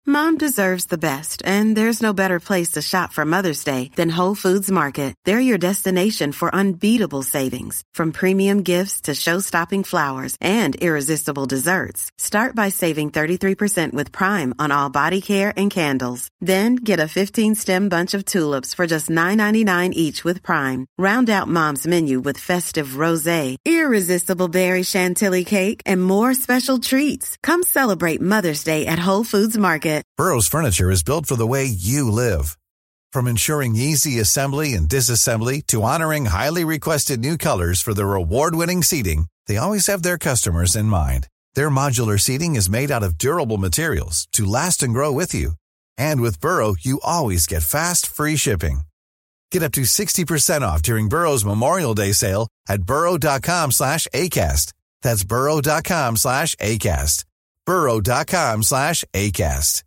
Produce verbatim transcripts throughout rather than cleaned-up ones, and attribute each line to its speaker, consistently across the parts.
Speaker 1: Mom deserves the best, and there's no better place to shop for Mother's Day than Whole Foods Market. They're your destination for unbeatable savings, from premium gifts to show-stopping flowers and irresistible desserts. Start by saving thirty-three percent with Prime on all body care and candles. Then get a fifteen-stem bunch of tulips for just nine ninety-nine each with Prime. Round out Mom's menu with festive rosé, irresistible berry chantilly cake, and more special treats. Come celebrate Mother's Day at Whole Foods Market.
Speaker 2: Burrow's furniture is built for the way you live. From ensuring easy assembly and disassembly to honoring highly requested new colors for their award-winning seating, they always have their customers in mind. Their modular seating is made out of durable materials to last and grow with you. And with Burrow, you always get fast, free shipping. Get up to sixty percent off during Burrow's Memorial Day sale at burrow.com slash ACAST. That's burrow.com slash ACAST. burrow.com slash ACAST.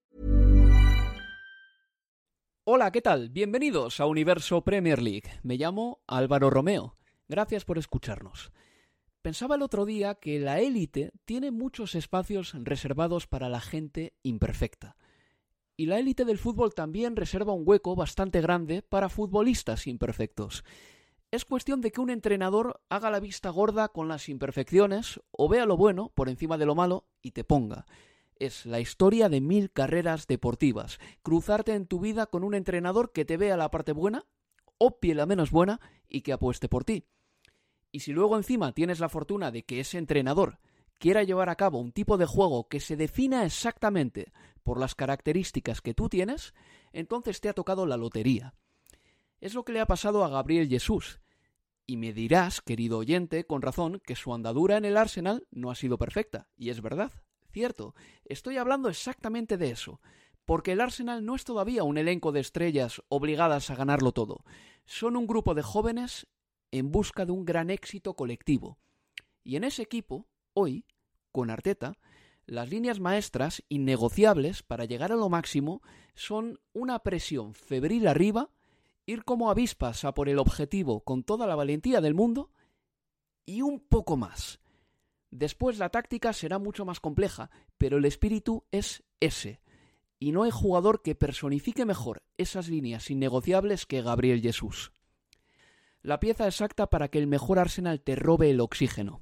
Speaker 3: Hola, ¿qué tal? Bienvenidos a Universo Premier League. Me llamo Álvaro Romeo. Gracias por escucharnos. Pensaba el otro día que la élite tiene muchos espacios reservados para la gente imperfecta. Y la élite del fútbol también reserva un hueco bastante grande para futbolistas imperfectos. Es cuestión de que un entrenador haga la vista gorda con las imperfecciones o vea lo bueno por encima de lo malo y te ponga. Es la historia de mil carreras deportivas. Cruzarte en tu vida con un entrenador que te vea la parte buena, obvie la menos buena y que apueste por ti. Y si luego encima tienes la fortuna de que ese entrenador quiera llevar a cabo un tipo de juego que se defina exactamente por las características que tú tienes, entonces te ha tocado la lotería. Es lo que le ha pasado a Gabriel Jesús. Y me dirás, querido oyente, con razón, que su andadura en el Arsenal no ha sido perfecta. Y es verdad, cierto. Estoy hablando exactamente de eso. Porque el Arsenal no es todavía un elenco de estrellas obligadas a ganarlo todo. Son un grupo de jóvenes en busca de un gran éxito colectivo. Y en ese equipo, hoy, con Arteta, las líneas maestras innegociables para llegar a lo máximo son una presión febril arriba, ir como avispas a por el objetivo con toda la valentía del mundo y un poco más. Después la táctica será mucho más compleja, pero el espíritu es ese. Y no hay jugador que personifique mejor esas líneas innegociables que Gabriel Jesús. La pieza exacta para que el mejor Arsenal te robe el oxígeno.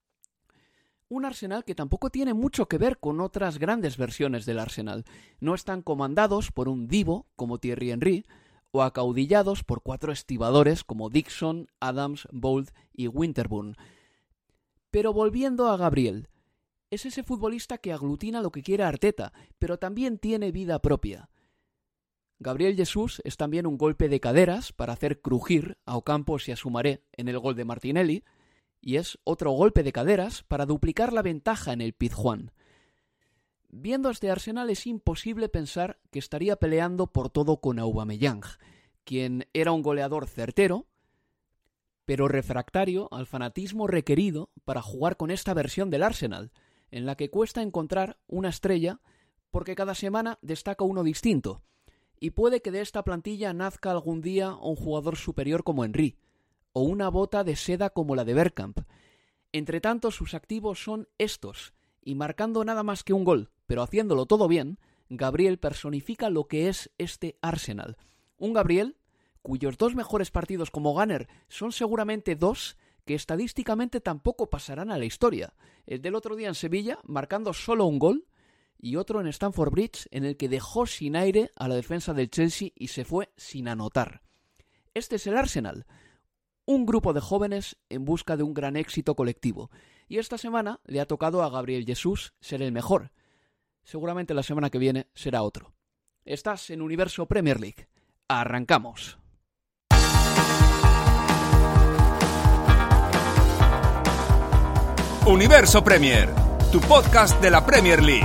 Speaker 3: Un Arsenal que tampoco tiene mucho que ver con otras grandes versiones del Arsenal. No están comandados por un divo como Thierry Henry, o acaudillados por cuatro estibadores como Dixon, Adams, Bould y Winterburn. Pero volviendo a Gabriel, es ese futbolista que aglutina lo que quiere Arteta, pero también tiene vida propia. Gabriel Jesús es también un golpe de caderas para hacer crujir a Ocampos y a Soumaré en el gol de Martinelli, y es otro golpe de caderas para duplicar la ventaja en el Pizjuán. Viendo este Arsenal es imposible pensar que estaría peleando por todo con Aubameyang, quien era un goleador certero, pero refractario al fanatismo requerido para jugar con esta versión del Arsenal, en la que cuesta encontrar una estrella porque cada semana destaca uno distinto, y puede que de esta plantilla nazca algún día un jugador superior como Henry, o una bota de seda como la de Bergkamp. Entre tanto, sus activos son estos, y marcando nada más que un gol, pero haciéndolo todo bien, Gabriel personifica lo que es este Arsenal. Un Gabriel cuyos dos mejores partidos como gunner son seguramente dos que estadísticamente tampoco pasarán a la historia. El del otro día en Sevilla, marcando solo un gol, y otro en Stamford Bridge, en el que dejó sin aire a la defensa del Chelsea y se fue sin anotar. Este es el Arsenal, un grupo de jóvenes en busca de un gran éxito colectivo. Y esta semana le ha tocado a Gabriel Jesús ser el mejor. Seguramente la semana que viene será otro. Estás en Universo Premier League. ¡Arrancamos!
Speaker 4: Universo Premier, tu podcast de la Premier League.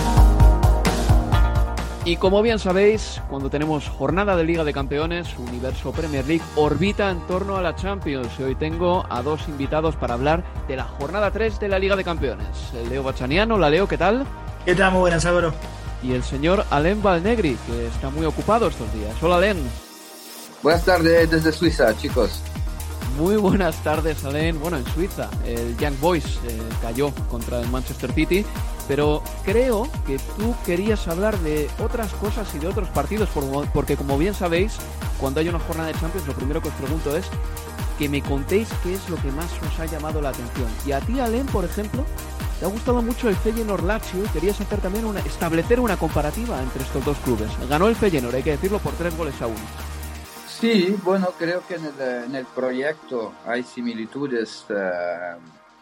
Speaker 3: Y como bien sabéis, cuando tenemos jornada de Liga de Campeones, Universo Premier League orbita en torno a la Champions. Y hoy tengo a dos invitados para hablar de la jornada tres de la Liga de Campeones. El Leo Bachaniano. Hola Leo, ¿qué tal?
Speaker 5: ¿Qué tal? Muy buenas, Álvaro.
Speaker 3: Y el señor Alain Valnegri, que está muy ocupado estos días. Hola Alain.
Speaker 6: Buenas tardes desde Suiza, chicos.
Speaker 3: Muy buenas tardes, Alain. Bueno, en Suiza, el Young Boys eh, cayó contra el Manchester City pero creo que tú querías hablar de otras cosas y de otros partidos, porque como bien sabéis, cuando hay una jornada de Champions, lo primero que os pregunto es que me contéis qué es lo que más os ha llamado la atención. Y a ti, Alem, por ejemplo, te ha gustado mucho el Feyenoord Lazio y querías hacer también una, establecer una comparativa entre estos dos clubes. Ganó el Feyenoord, hay que decirlo, por tres goles a uno.
Speaker 6: Sí, bueno, creo que en el, en el proyecto hay similitudes uh,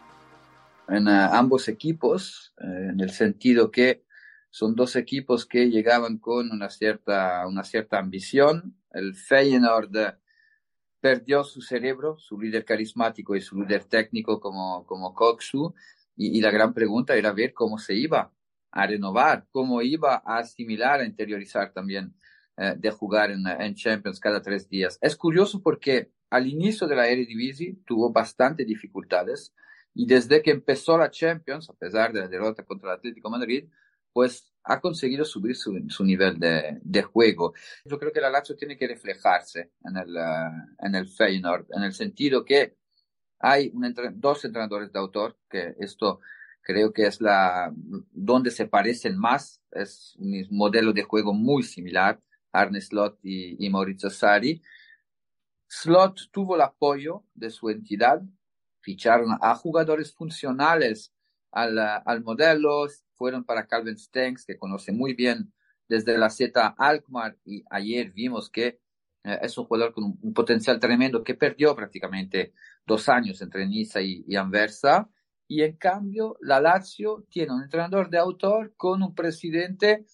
Speaker 6: en uh, ambos equipos, uh, en el sentido que son dos equipos que llegaban con una cierta, una cierta ambición. El Feyenoord uh, perdió su cerebro, su líder carismático y su líder técnico como, como Koksu, y, y la gran pregunta era ver cómo se iba a renovar, cómo iba a asimilar, a interiorizar también eh, de jugar en, en Champions cada tres días. Es curioso porque al inicio de la Eredivisie tuvo bastante dificultades y desde que empezó la Champions, a pesar de la derrota contra el Atlético de Madrid, pues ha conseguido subir su, su nivel de, de juego. Yo creo que la Lazio tiene que reflejarse en el, uh, en el Feyenoord, en el sentido que hay un entre, dos entrenadores de autor, que esto creo que es la donde se parecen más, es un modelo de juego muy similar, Arne Slot y, y Maurizio Sarri. Slot tuvo el apoyo de su entidad, ficharon a jugadores funcionales al, al modelo, fueron para Calvin Stengs, que conoce muy bien desde la Z Alkmaar, y ayer vimos que eh, es un jugador con un, un potencial tremendo que perdió prácticamente dos años entre Niza y, y Anversa, y en cambio la Lazio tiene un entrenador de autor con un presidente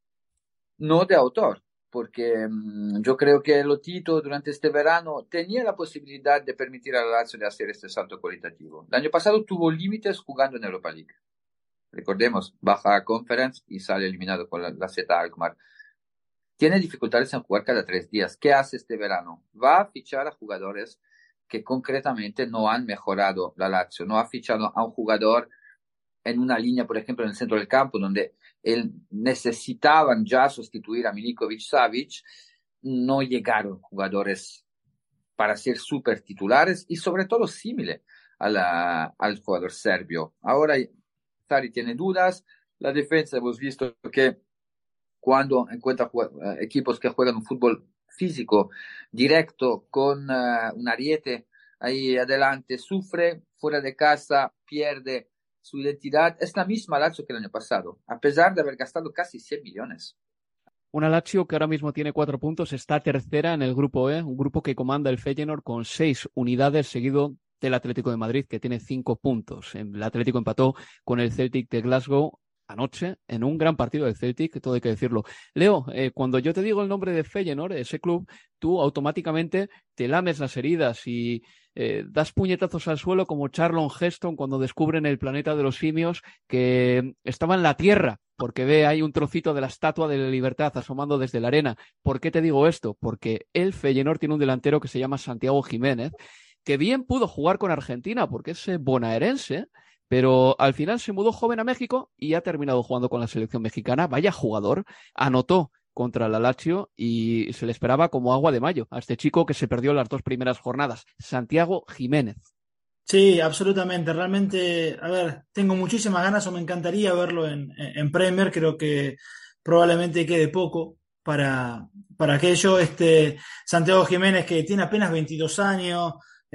Speaker 6: no de autor, porque um, yo creo que Lotito durante este verano tenía la posibilidad de permitir a la Lazio de hacer este salto cualitativo. El año pasado tuvo límites jugando en Europa League. Recordemos, baja a Conference y sale eliminado con la, la Z Alkmaar. Tiene dificultades en jugar cada tres días. ¿Qué hace este verano? Va a fichar a jugadores que concretamente no han mejorado la Lazio. No ha fichado a un jugador en una línea, por ejemplo, en el centro del campo, donde él necesitaban ya sustituir a Milinkovic-Savic. No llegaron jugadores para ser súper titulares y sobre todo similares al jugador serbio. Ahora Sarri tiene dudas. La defensa hemos visto que cuando encuentra uh, equipos que juegan un fútbol físico directo con uh, un ariete ahí adelante, sufre, fuera de casa pierde su identidad. Es la misma Lazio que el año pasado, a pesar de haber gastado casi cien millones.
Speaker 3: Una Lazio que ahora mismo tiene cuatro puntos, está tercera en el grupo E, un grupo que comanda el Feyenoord con seis unidades, seguido del Atlético de Madrid, que tiene cinco puntos. El Atlético empató con el Celtic de Glasgow anoche en un gran partido del Celtic, todo hay que decirlo. Leo, eh, cuando yo te digo el nombre de Feyenoord, ese club, tú automáticamente te lames las heridas y eh, das puñetazos al suelo como Charlton Heston cuando descubren el planeta de los simios, que estaba en la Tierra, porque ve ahí un trocito de la Estatua de la Libertad asomando desde la arena. ¿Por qué te digo esto? Porque el Feyenoord tiene un delantero que se llama Santiago Jiménez, que bien pudo jugar con Argentina porque es bonaerense, pero al final se mudó joven a México y ha terminado jugando con la selección mexicana. Vaya jugador, anotó contra la Lazio y se le esperaba como agua de mayo a este chico que se perdió las dos primeras jornadas, Santiago Jiménez.
Speaker 5: Sí, absolutamente. Realmente, a ver, tengo muchísimas ganas o me encantaría verlo en, en Premier. Creo que probablemente quede poco para, para aquello. Este, Santiago Jiménez, que tiene apenas veintidós años,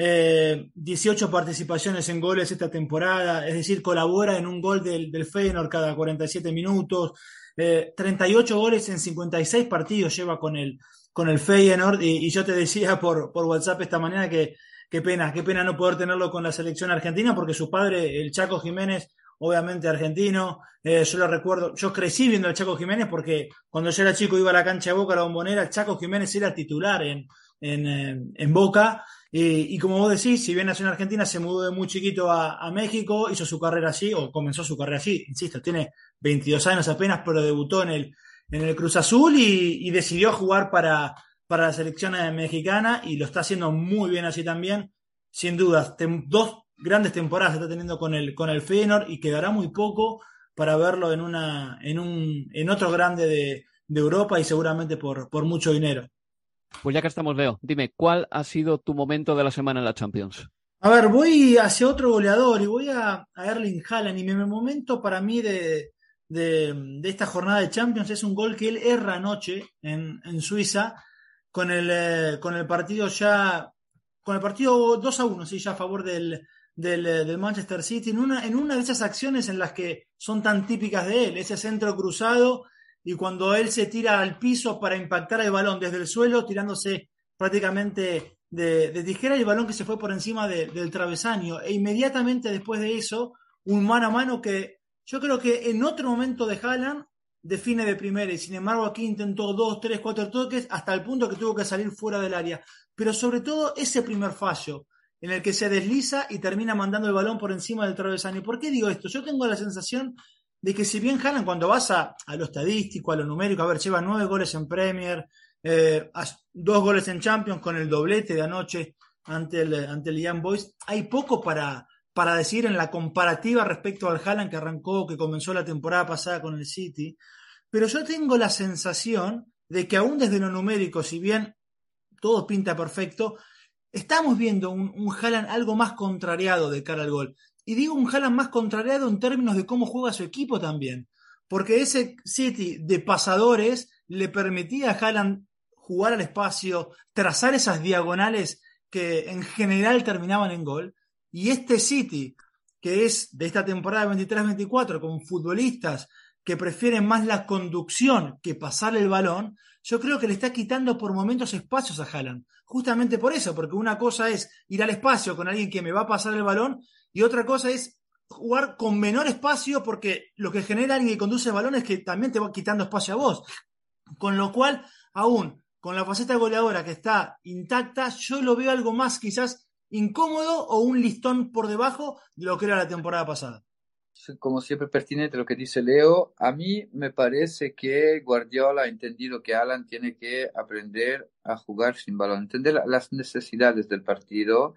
Speaker 5: Eh, dieciocho participaciones en goles esta temporada, es decir, colabora en un gol del, del Feyenoord cada cuarenta y siete minutos, eh, treinta y ocho goles en cincuenta y seis partidos lleva con el, con el Feyenoord, y, y yo te decía por, por WhatsApp esta mañana que qué pena, qué pena no poder tenerlo con la selección argentina, porque su padre, el Chaco Jiménez, obviamente argentino, eh, yo lo recuerdo, yo crecí viendo al Chaco Jiménez porque cuando yo era chico iba a la cancha de Boca, a la Bombonera, el Chaco Jiménez era titular en, en, en, en Boca. Y, y como vos decís, si bien nació en Argentina, se mudó de muy chiquito a, a México, hizo su carrera allí, o comenzó su carrera allí, insisto, tiene veintidós años apenas, pero debutó en el, en el Cruz Azul y, y decidió jugar para, para la selección mexicana, y lo está haciendo muy bien así también, sin dudas. Tem, dos grandes temporadas está teniendo con el, con el Feyenoord, y quedará muy poco para verlo en, una, en, un, en otro grande de, de Europa, y seguramente por, por mucho dinero.
Speaker 3: Pues ya que estamos, Leo, dime, ¿cuál ha sido tu momento de la semana en la Champions?
Speaker 5: A ver, voy hacia otro goleador y voy a, a Erling Haaland y mi momento para mí de, de, de esta jornada de Champions es un gol que él erra anoche en, en Suiza con el, eh, con el partido ya, con el partido dos a uno, sí, ya a favor del, del, eh, del Manchester City, en una, en una de esas acciones en las que son tan típicas de él, ese centro cruzado y cuando él se tira al piso para impactar el balón desde el suelo, tirándose prácticamente de, de tijera y el balón que se fue por encima de, del travesaño. E inmediatamente después de eso, un mano a mano que yo creo que en otro momento de Haaland define de primera y sin embargo aquí intentó dos, tres, cuatro toques hasta el punto que tuvo que salir fuera del área. Pero sobre todo ese primer fallo en el que se desliza y termina mandando el balón por encima del travesaño. ¿Por qué digo esto? Yo tengo la sensación de que si bien Haaland cuando vas a, a lo estadístico, a lo numérico, a ver, lleva nueve goles en Premier, eh, dos goles en Champions con el doblete de anoche ante el, ante el Young Boys, hay poco para, para decir en la comparativa respecto al Haaland que arrancó, que comenzó la temporada pasada con el City, pero yo tengo la sensación de que aún desde lo numérico, si bien todo pinta perfecto, estamos viendo un, un Haaland algo más contrariado de cara al gol. Y digo un Haaland más contrariado en términos de cómo juega su equipo también. Porque ese City de pasadores le permitía a Haaland jugar al espacio, trazar esas diagonales que en general terminaban en gol. Y este City, que es de esta temporada veintitrés veinticuatro, con futbolistas que prefieren más la conducción que pasar el balón, yo creo que le está quitando por momentos espacios a Haaland. Justamente por eso, porque una cosa es ir al espacio con alguien que me va a pasar el balón y otra cosa es jugar con menor espacio porque lo que genera alguien que conduce el balón es que también te va quitando espacio a vos. Con lo cual, aún con la faceta goleadora que está intacta, yo lo veo algo más quizás incómodo o un listón por debajo de lo que era la temporada pasada.
Speaker 6: Como siempre pertinente lo que dice Leo, a mí me parece que Guardiola ha entendido que Haaland tiene que aprender a jugar sin balón, entender las necesidades del partido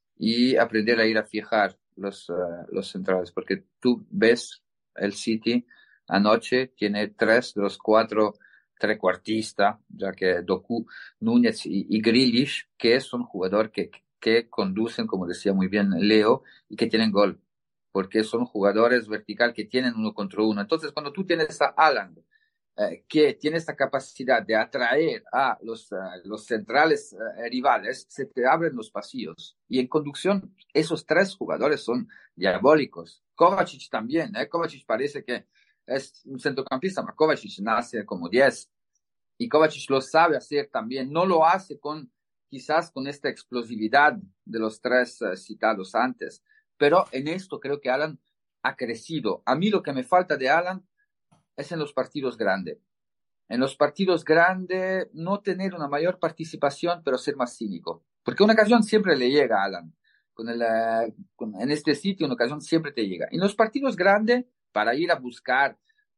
Speaker 6: y aprender a ir a fijar los, uh, los centrales, porque tú ves el City anoche, tiene tres de los cuatro trecuartistas, ya que Doku, Núñez y, y Grealish, que son jugadores que, que conducen, como decía muy bien Leo, y que tienen gol, porque son jugadores vertical que tienen uno contra uno. Entonces, cuando tú tienes a Haaland, eh, que tiene esta capacidad de atraer a los, uh, los centrales uh, rivales, se te abren los pasillos. Y en conducción, esos tres jugadores son diabólicos. Kovacic también, ¿eh? Kovacic parece que es un centrocampista, pero Kovacic nace como diez. Y Kovacic lo sabe hacer también. No lo hace con, quizás con esta explosividad de los tres uh, citados antes. Pero en esto creo que Haaland ha crecido. A mí lo que me falta de Haaland es en los partidos grandes. En los partidos grandes no tener una mayor participación, pero ser más cínico. Porque una ocasión siempre le llega a Haaland. Con el, uh, con, en este sitio una ocasión siempre te llega. En los partidos grandes, para ir a buscar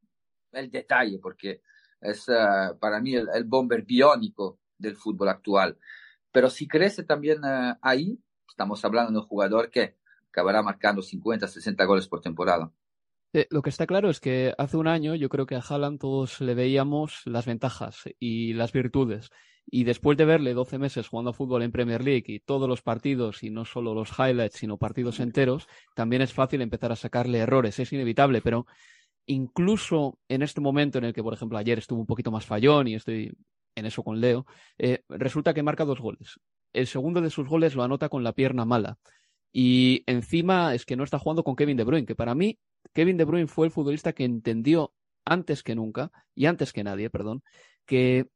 Speaker 6: el detalle, porque es uh, para mí el, el bomber biónico del fútbol actual. Pero si crece también uh, ahí, estamos hablando de un jugador que acabará marcando cincuenta, sesenta goles por temporada.
Speaker 3: Eh, lo que está claro es que hace un año yo creo que a Haaland todos le veíamos las ventajas y las virtudes. Y después de verle doce meses jugando a fútbol en Premier League y todos los partidos, y no solo los highlights, sino partidos enteros, también es fácil empezar a sacarle errores. Es inevitable, pero incluso en este momento en el que, por ejemplo, ayer estuvo un poquito más fallón y estoy en eso con Leo, eh, resulta que marca dos goles. El segundo de sus goles lo anota con la pierna mala. Y encima es que no está jugando con Kevin De Bruyne, que para mí Kevin De Bruyne fue el futbolista que entendió antes que nunca, y antes que nadie, perdón, que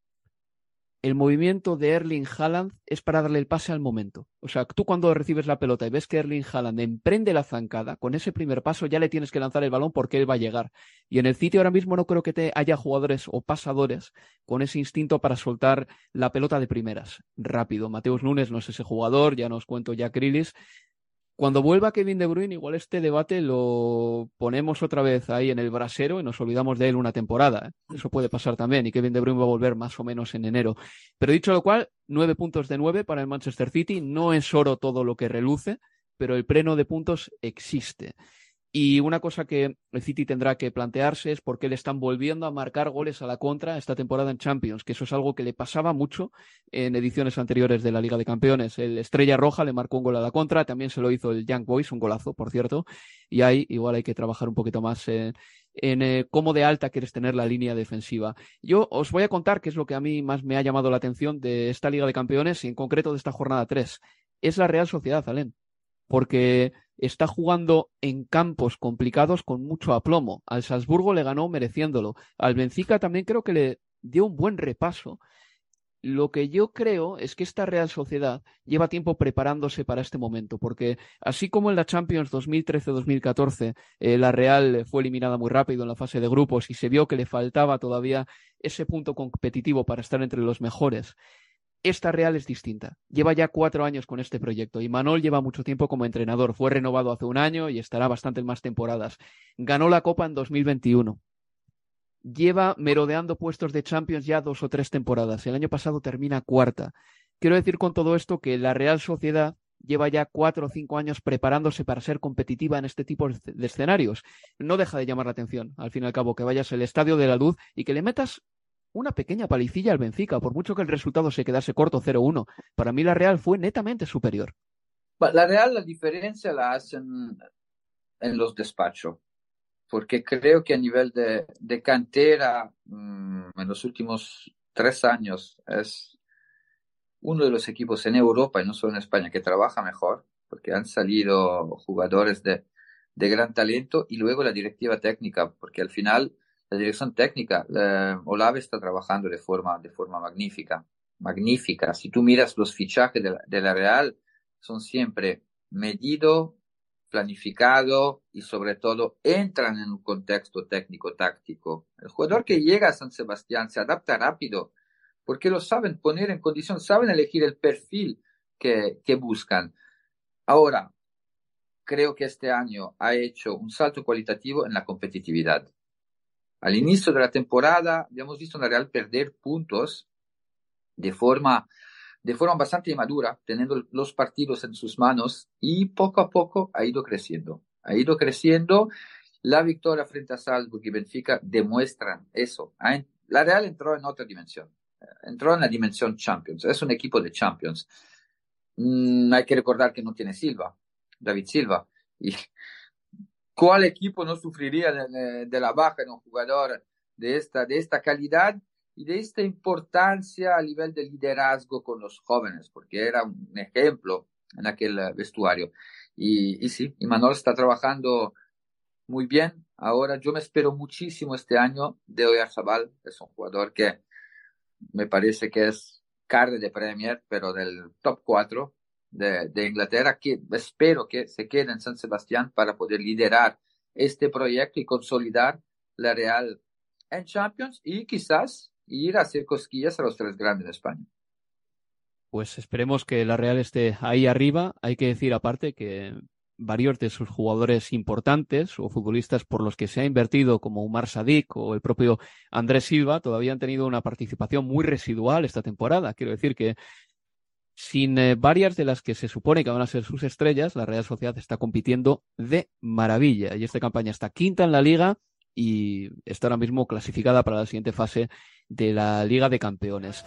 Speaker 3: el movimiento de Erling Haaland es para darle el pase al momento. O sea, tú cuando recibes la pelota y ves que Erling Haaland emprende la zancada, con ese primer paso ya le tienes que lanzar el balón porque él va a llegar. Y en el City ahora mismo no creo que te haya jugadores o pasadores con ese instinto para soltar la pelota de primeras, rápido. Mateus Nunes no es ese jugador, ya nos cuento Jack Grealish. Cuando vuelva Kevin De Bruyne, igual este debate lo ponemos otra vez ahí en el brasero y nos olvidamos de él una temporada. ¿eh? Eso puede pasar también y Kevin De Bruyne va a volver más o menos en enero. Pero dicho lo cual, nueve puntos de nueve para el Manchester City. No es oro todo lo que reluce, pero el pleno de puntos existe. Y una cosa que el City tendrá que plantearse es por qué le están volviendo a marcar goles a la contra esta temporada en Champions, que eso es algo que le pasaba mucho en ediciones anteriores de la Liga de Campeones. El Estrella Roja le marcó un gol a la contra, también se lo hizo el Young Boys, un golazo, por cierto, y ahí igual hay que trabajar un poquito más en, en eh, cómo de alta quieres tener la línea defensiva. Yo os voy a contar qué es lo que a mí más me ha llamado la atención de esta Liga de Campeones y en concreto de esta jornada tres. Es la Real Sociedad, Alén, porque está jugando en campos complicados con mucho aplomo. Al Salzburgo le ganó mereciéndolo. Al Benfica también creo que le dio un buen repaso. Lo que yo creo es que esta Real Sociedad lleva tiempo preparándose para este momento, porque así como en la Champions dos mil trece dos mil catorce eh, la Real fue eliminada muy rápido en la fase de grupos y se vio que le faltaba todavía ese punto competitivo para estar entre los mejores, esta Real es distinta. Lleva ya cuatro años con este proyecto y Manol lleva mucho tiempo como entrenador. Fue renovado hace un año y estará bastantes más temporadas. Ganó la Copa en dos mil veintiuno. Lleva merodeando puestos de Champions ya dos o tres temporadas. El año pasado termina cuarta. Quiero decir con todo esto que la Real Sociedad lleva ya cuatro o cinco años preparándose para ser competitiva en este tipo de escenarios. No deja de llamar la atención, al fin y al cabo, que vayas al Estadio de la Luz y que le metas una pequeña palicilla al Benfica, por mucho que el resultado se quedase corto cero uno. Para mí la Real fue netamente superior.
Speaker 6: La Real, la diferencia la hacen en los despachos, porque creo que a nivel de, de cantera, mmm, en los últimos tres años es uno de los equipos en Europa y no solo en España que trabaja mejor, porque han salido jugadores de, de gran talento, y luego la directiva técnica, porque al final la dirección técnica, eh, Olave está trabajando de forma, de forma magnífica, magnífica. Si tú miras los fichajes de la, de la Real, son siempre medido, planificado y sobre todo entran en un contexto técnico-táctico. El jugador que llega a San Sebastián se adapta rápido porque lo saben poner en condición, saben elegir el perfil que, que buscan. Ahora, creo que este año ha hecho un salto cualitativo en la competitividad. Al inicio de la temporada habíamos visto a la Real perder puntos de forma, de forma bastante inmadura, teniendo los partidos en sus manos, y poco a poco ha ido creciendo. Ha ido creciendo. La victoria frente a Salzburg y Benfica demuestran eso. La Real entró en otra dimensión. Entró en la dimensión Champions. Es un equipo de Champions. Mm, hay que recordar que no tiene Silva, David Silva. Y ¿cuál equipo no sufriría de, de la baja de un jugador de esta, de esta calidad y de esta importancia a nivel de liderazgo con los jóvenes? Porque era un ejemplo en aquel vestuario. Y, y sí, Imanol está trabajando muy bien. Ahora yo me espero muchísimo este año de Oyarzabal. Es un jugador que me parece que es carne de Premier, pero del top cuatro de, de Inglaterra, que espero que se quede en San Sebastián para poder liderar este proyecto y consolidar la Real en Champions y quizás ir a hacer cosquillas a los tres grandes de España.
Speaker 3: Pues esperemos que la Real esté ahí arriba. Hay que decir aparte que varios de sus jugadores importantes o futbolistas por los que se ha invertido, como Umar Sadik o el propio Andrés Silva, todavía han tenido una participación muy residual esta temporada. Quiero decir que sin eh, varias de las que se supone que van a ser sus estrellas, la Real Sociedad está compitiendo de maravilla. Y esta campaña está quinta en la Liga y está ahora mismo clasificada para la siguiente fase de la Liga de Campeones.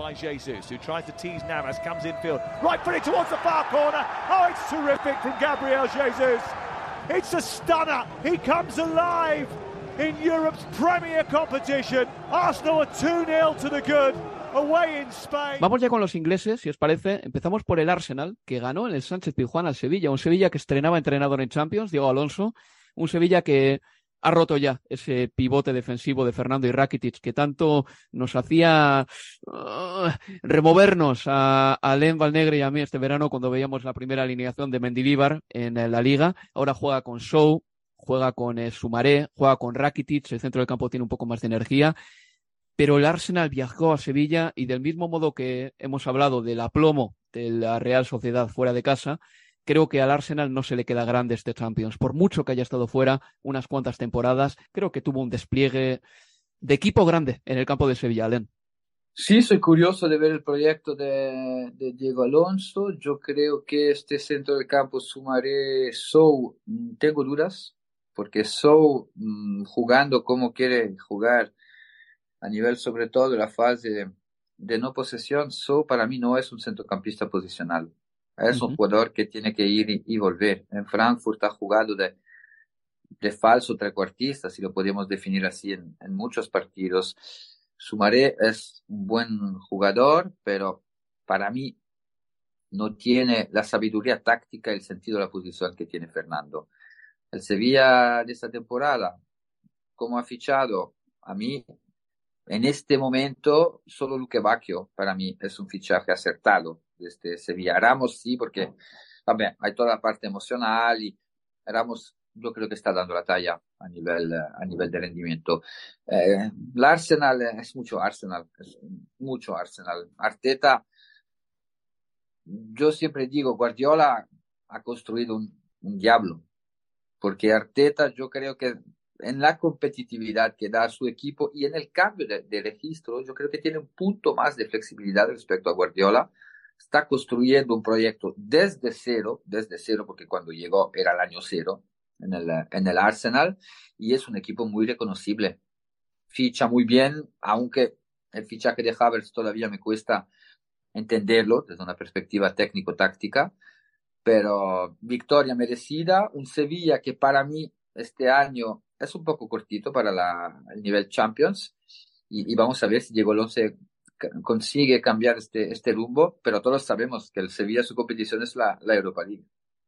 Speaker 3: Vamos ya con los ingleses, si os parece. Empezamos por el Arsenal, que ganó en el Sánchez Pizjuán al Sevilla, un Sevilla que estrenaba entrenador en Champions, Diego Alonso, un Sevilla que ha roto ya ese pivote defensivo de Fernando y Rakitic que tanto nos hacía uh, removernos a, a Len Valnegre y a mí este verano cuando veíamos la primera alineación de Mendilibar en la Liga. Ahora juega con Shaw, juega con eh, Sumaré, juega con Rakitic, el centro del campo tiene un poco más de energía, pero el Arsenal viajó a Sevilla y del mismo modo que hemos hablado del aplomo de la Real Sociedad fuera de casa, creo que al Arsenal no se le queda grande este Champions. Por mucho que haya estado fuera unas cuantas temporadas, creo que tuvo un despliegue de equipo grande en el campo de Sevilla, Alen.
Speaker 6: Sí, soy curioso de ver el proyecto de, de Diego Alonso. Yo creo que este centro del campo Sumaré Sow, tengo dudas. porque Sow, mmm, jugando como quiere jugar, a nivel sobre todo de la fase de, de no posesión, Sow para mí no es un centrocampista posicional. Es uh-huh. un jugador que tiene que ir y, y volver. En Frankfurt ha jugado de, de falso trecuartista, si lo podemos definir así, en, en muchos partidos. Soumaré es un buen jugador, pero para mí no tiene la sabiduría táctica y el sentido de la posición que tiene Fernando. El Sevilla de esta temporada, como ha fichado, a mí, en este momento, solo Luque Bacchio, para mí, es un fichaje acertado desde Sevilla. Ramos sí, porque, vabbè, hay toda la parte emocional y Ramos yo creo que está dando la talla a nivel, a nivel de rendimiento. Eh, el Arsenal es mucho Arsenal, es mucho Arsenal. Arteta, yo siempre digo, Guardiola ha construido un, un diablo, porque Arteta yo creo que en la competitividad que da a su equipo y en el cambio de, de registro, yo creo que tiene un punto más de flexibilidad respecto a Guardiola. Está construyendo un proyecto desde cero, desde cero, porque cuando llegó era el año cero en el, en el Arsenal, y es un equipo muy reconocible. Ficha muy bien, aunque el fichaje de Havertz todavía me cuesta entenderlo desde una perspectiva técnico-táctica, pero victoria merecida, un Sevilla que para mí este año es un poco cortito para la, el nivel Champions, y, y vamos a ver si Diego Alonso consigue cambiar este, este rumbo, pero todos sabemos que el Sevilla, su competición es la, la Europa League.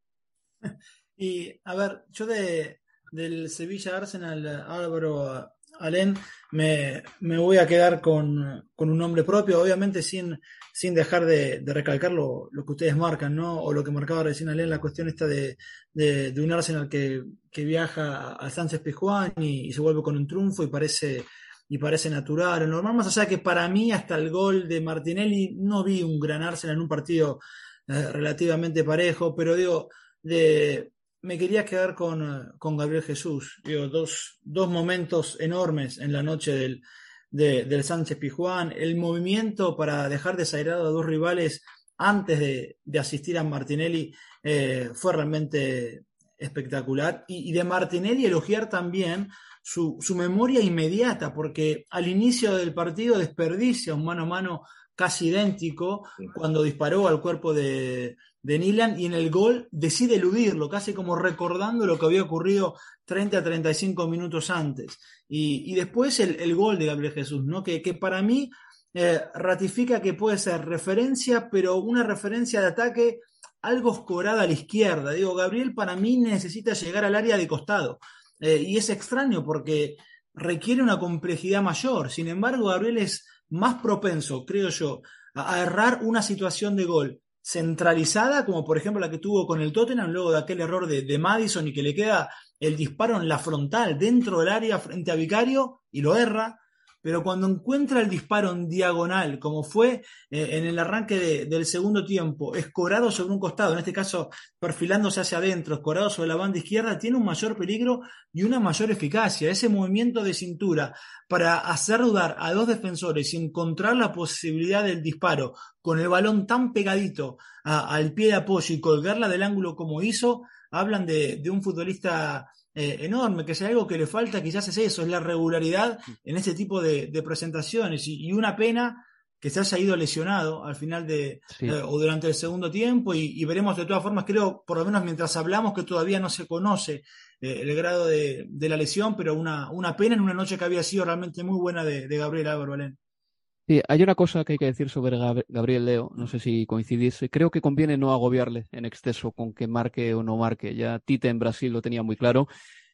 Speaker 5: Y a ver, yo de del Sevilla Arsenal, Álvaro, Alén, me, me voy a quedar con, con un nombre propio, obviamente sin, sin dejar de, de recalcar lo, lo que ustedes marcan, ¿no? O lo que marcaba recién Alén, la cuestión esta de, de, de un Arsenal que, que viaja al Sánchez Pizjuán y, y se vuelve con un triunfo y parece, y parece natural o normal, más allá de que para mí hasta el gol de Martinelli no vi un gran Arsenal en un partido eh, relativamente parejo, pero digo, de... me quería quedar con, con Gabriel Jesús. Digo, dos, dos momentos enormes en la noche del, de, del Sánchez Pizjuán. El movimiento para dejar desairado a dos rivales antes de, de asistir a Martinelli eh, fue realmente espectacular. Y, y de Martinelli elogiar también su, su memoria inmediata, porque al inicio del partido desperdicia un mano a mano casi idéntico cuando disparó al cuerpo de... de Nyland, y en el gol decide eludirlo, casi como recordando lo que había ocurrido treinta a treinta y cinco minutos antes. Y, y después el, el gol de Gabriel Jesús, ¿no? que, que para mí eh, ratifica que puede ser referencia, pero una referencia de ataque algo escorada a la izquierda. Digo, Gabriel para mí necesita llegar al área de costado. Eh, y es extraño porque requiere una complejidad mayor. Sin embargo, Gabriel es más propenso, creo yo, a, a errar una situación de gol centralizada, como por ejemplo la que tuvo con el Tottenham luego de aquel error de, de Maddison, y que le queda el disparo en la frontal dentro del área frente a Vicario y lo erra, pero cuando encuentra el disparo en diagonal, como fue eh, en el arranque de, del segundo tiempo, escorado sobre un costado, en este caso perfilándose hacia adentro, escorado sobre la banda izquierda, tiene un mayor peligro y una mayor eficacia. Ese movimiento de cintura para hacer dudar a dos defensores y encontrar la posibilidad del disparo con el balón tan pegadito a, al pie de apoyo y colgarla del ángulo como hizo, hablan de, de un futbolista eh, enorme, que si hay algo que le falta quizás es eso, es la regularidad en este tipo de, de presentaciones, y, y una pena que se haya ido lesionado al final de sí. eh, o durante el segundo tiempo, y, y veremos de todas formas, creo, por lo menos mientras hablamos, que todavía no se conoce eh, el grado de, de la lesión, pero una, una pena en una noche que había sido realmente muy buena de, de Gabriel Álvaro Alén.
Speaker 3: Sí, hay una cosa que hay que decir sobre Gab- Gabriel Leo, no sé si coincidís. Creo que conviene no agobiarle en exceso con que marque o no marque. Ya Tite en Brasil lo tenía muy claro.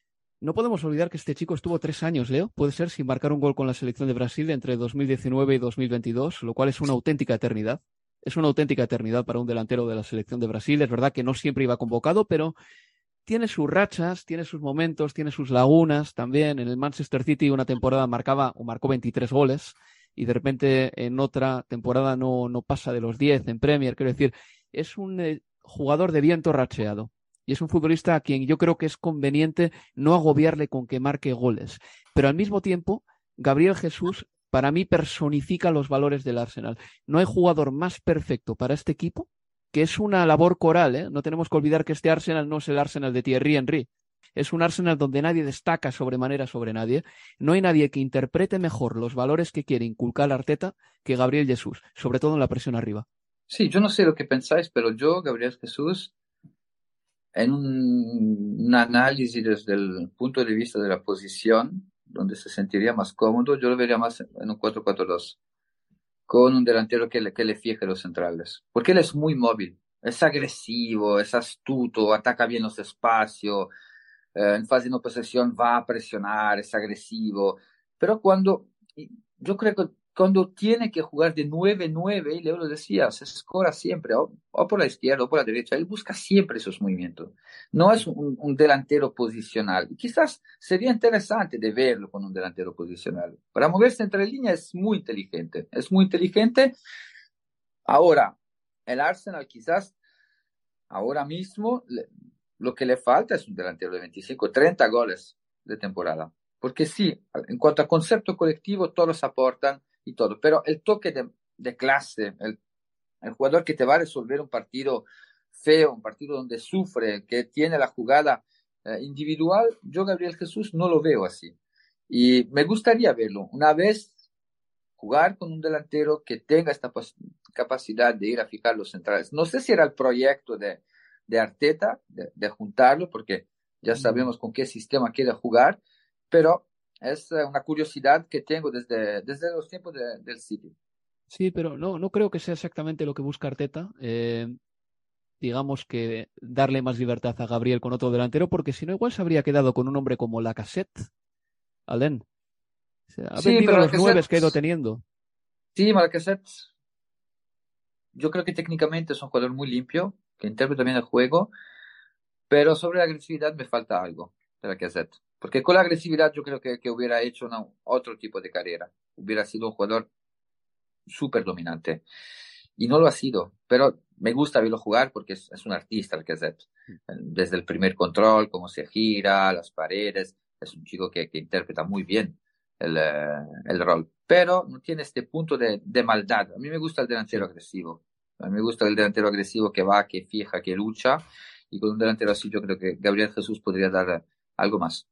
Speaker 3: No podemos olvidar que este chico estuvo tres años, Leo, puede ser, sin marcar un gol con la selección de Brasil entre dos mil diecinueve y dos mil veintidós, lo cual es una auténtica eternidad. Es una auténtica eternidad para un delantero de la selección de Brasil. Es verdad que no siempre iba convocado, pero tiene sus rachas, tiene sus momentos, tiene sus lagunas también. En el Manchester City una temporada marcaba o marcó veintitrés goles, y de repente en otra temporada no, no pasa de los diez en Premier. Quiero decir, es un eh, jugador de viento racheado, y es un futbolista a quien yo creo que es conveniente no agobiarle con que marque goles. Pero al mismo tiempo, Gabriel Jesús para mí personifica los valores del Arsenal. No hay jugador más perfecto para este equipo, que es una labor coral, ¿eh? No tenemos que olvidar que este Arsenal no es el Arsenal de Thierry Henry, Es un Arsenal donde nadie destaca sobremanera sobre nadie. No hay nadie que interprete mejor los valores que quiere inculcar Arteta que Gabriel Jesús, sobre todo en la presión arriba.
Speaker 6: Sí, yo no sé lo que pensáis, pero yo, Gabriel Jesús, en un, un análisis desde el punto de vista de la posición, donde se sentiría más cómodo, yo lo vería más en un cuatro cuatro dos, con un delantero que le, que le fije los centrales, porque él es muy móvil, es agresivo, es astuto, ataca bien los espacios, eh, en fase de no posesión va a presionar, es agresivo, pero cuando, yo creo que cuando tiene que jugar de nueve nueve, y Leo lo decía, se escora siempre, o, o por la izquierda o por la derecha, él busca siempre esos movimientos. No es un, un delantero posicional. Y quizás sería interesante de verlo con un delantero posicional. Para moverse entre líneas es muy inteligente, es muy inteligente. Ahora, el Arsenal quizás, ahora mismo, le, lo que le falta es un delantero de veinticinco, treinta goles de temporada. Porque sí, en cuanto a concepto colectivo, todos aportan y todo, pero el toque de, de clase, el, el jugador que te va a resolver un partido feo, un partido donde sufre, que tiene la jugada eh, individual, yo Gabriel Jesús no lo veo así. Y me gustaría verlo una vez jugar con un delantero que tenga esta capacidad de ir a fijar los centrales. No sé si era el proyecto de, de Arteta, de, de juntarlo, porque ya sabemos con qué sistema quiere jugar, pero es una curiosidad que tengo desde, desde los tiempos de, del City.
Speaker 3: Sí, pero no, no creo que sea exactamente lo que busca Arteta. Eh, digamos que darle más libertad a Gabriel con otro delantero, porque si no, igual se habría quedado con un hombre como Lacazette, Alén. O sea, ha
Speaker 6: sí,
Speaker 3: vendido
Speaker 6: pero
Speaker 3: los nueve que ha ido teniendo.
Speaker 6: Sí, Lacazette, yo creo que técnicamente es un jugador muy limpio, que interpreta bien el juego, pero sobre la agresividad me falta algo de Lacazette. Porque con la agresividad yo creo que, que hubiera hecho una, otro tipo de carrera. Hubiera sido un jugador súper dominante. Y no lo ha sido. Pero me gusta verlo jugar porque es, es un artista, Lacazette. Desde el primer control, cómo se gira, las paredes. Es un chico que, que interpreta muy bien el, el rol. Pero no tiene este punto de, de maldad. A mí me gusta el delantero agresivo. A mí me gusta el delantero agresivo que va, que fija, que lucha. Y con un delantero así yo creo que Gabriel Jesús podría dar algo más.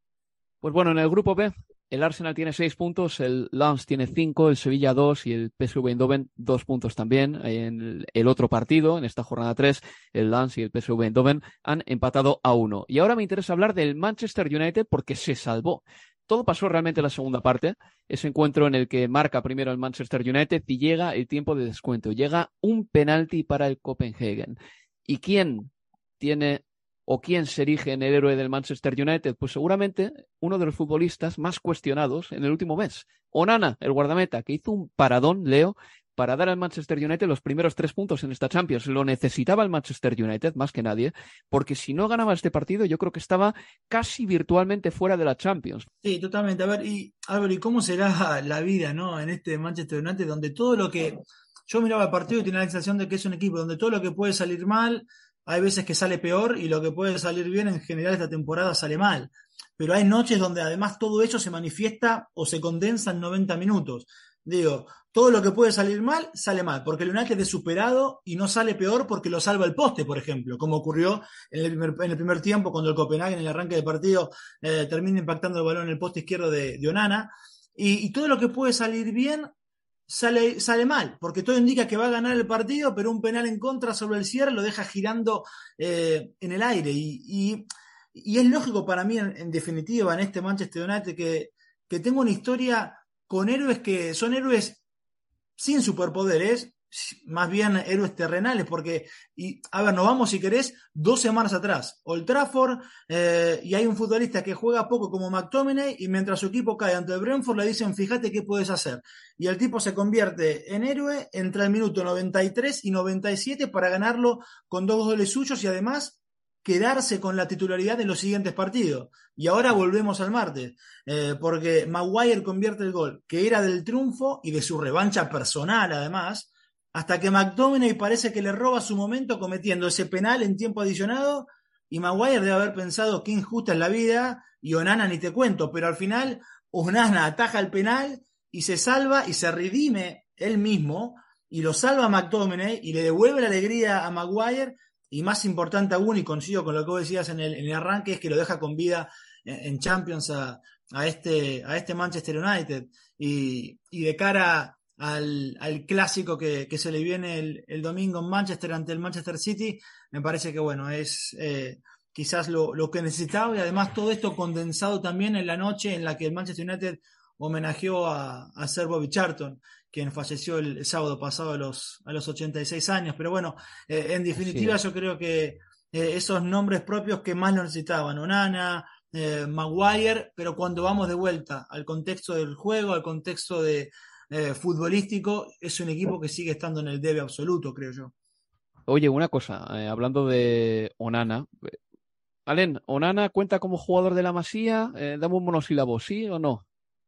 Speaker 3: Pues bueno, en el grupo B, el Arsenal tiene seis puntos, el Lens tiene cinco, el Sevilla dos y el P S V Eindhoven dos puntos también. En el, el otro partido, en esta jornada tres, el Lens y el P S V Eindhoven han empatado a uno. Y ahora me interesa hablar del Manchester United porque se salvó. Todo pasó realmente en la segunda parte, ese encuentro en el que marca primero el Manchester United y llega el tiempo de descuento. Llega un penalti para el Copenhagen. ¿Y quién tiene o quién se erige en el héroe del Manchester United? Pues seguramente uno de los futbolistas más cuestionados en el último mes. Onana, el guardameta, que hizo un paradón, Leo, para dar al Manchester United los primeros tres puntos en esta Champions. Lo necesitaba el Manchester United, más que nadie, porque si no ganaba este partido, yo creo que estaba casi virtualmente fuera de la Champions.
Speaker 5: Sí, totalmente. A ver, y Álvaro, ¿y cómo será la vida, ¿no? En este Manchester United, donde todo lo que... Yo miraba el partido y tenía la sensación de que es un equipo donde todo lo que puede salir mal, hay veces que sale peor, y lo que puede salir bien en general esta temporada sale mal. Pero hay noches donde además todo eso se manifiesta o se condensa en noventa minutos. Digo, todo lo que puede salir mal, sale mal, porque el United es superado y no sale peor porque lo salva el poste, por ejemplo, como ocurrió en el primer, en el primer tiempo cuando el Copenhague en el arranque del partido eh, termina impactando el balón en el poste izquierdo de, de Onana. Y, y todo lo que puede salir bien, Sale, sale mal, porque todo indica que va a ganar el partido, pero un penal en contra sobre el cierre lo deja girando eh, en el aire. Y, y, y es lógico para mí, en, en definitiva, en este Manchester United, que, que tenga una historia con héroes que son héroes sin superpoderes, más bien héroes terrenales, porque, y, a ver, nos vamos, si querés, dos semanas atrás, Old Trafford, eh, y hay un futbolista que juega poco como McTominay, y mientras su equipo cae ante el Brentford le dicen, fíjate qué puedes hacer, y el tipo se convierte en héroe entre el minuto noventa y tres y noventa y siete para ganarlo con dos goles suyos, y además quedarse con la titularidad en los siguientes partidos. Y ahora volvemos al martes, eh, porque Maguire convierte el gol, que era del triunfo y de su revancha personal además, hasta que McTominay parece que le roba su momento cometiendo ese penal en tiempo adicionado, y Maguire debe haber pensado qué injusta es la vida, y Onana ni te cuento, pero al final Onana ataja el penal y se salva y se redime él mismo, y lo salva a McTominay y le devuelve la alegría a Maguire, y más importante aún, y coincido con lo que vos decías en el, en el arranque, es que lo deja con vida en, en Champions a, a, este, a este Manchester United. Y, y de cara al, al clásico que, que se le viene el, el domingo en Manchester ante el Manchester City, me parece que bueno, es eh, quizás lo, lo que necesitaba, y además todo esto condensado también en la noche en la que el Manchester United homenajeó a, a Sir Bobby Charlton, quien falleció el, el sábado pasado a los, a los ochenta y seis años. Pero bueno, eh, en definitiva yo creo que eh, esos nombres propios que más lo necesitaban, Onana, eh, Maguire, pero cuando vamos de vuelta al contexto del juego, al contexto de eh, futbolístico, es un equipo que sigue estando en el debe absoluto, creo yo.
Speaker 3: Oye, una cosa, eh, hablando de Onana, eh, Alen, ¿Onana cuenta como jugador de la Masía? Eh, dame un monosílabo, ¿sí o no?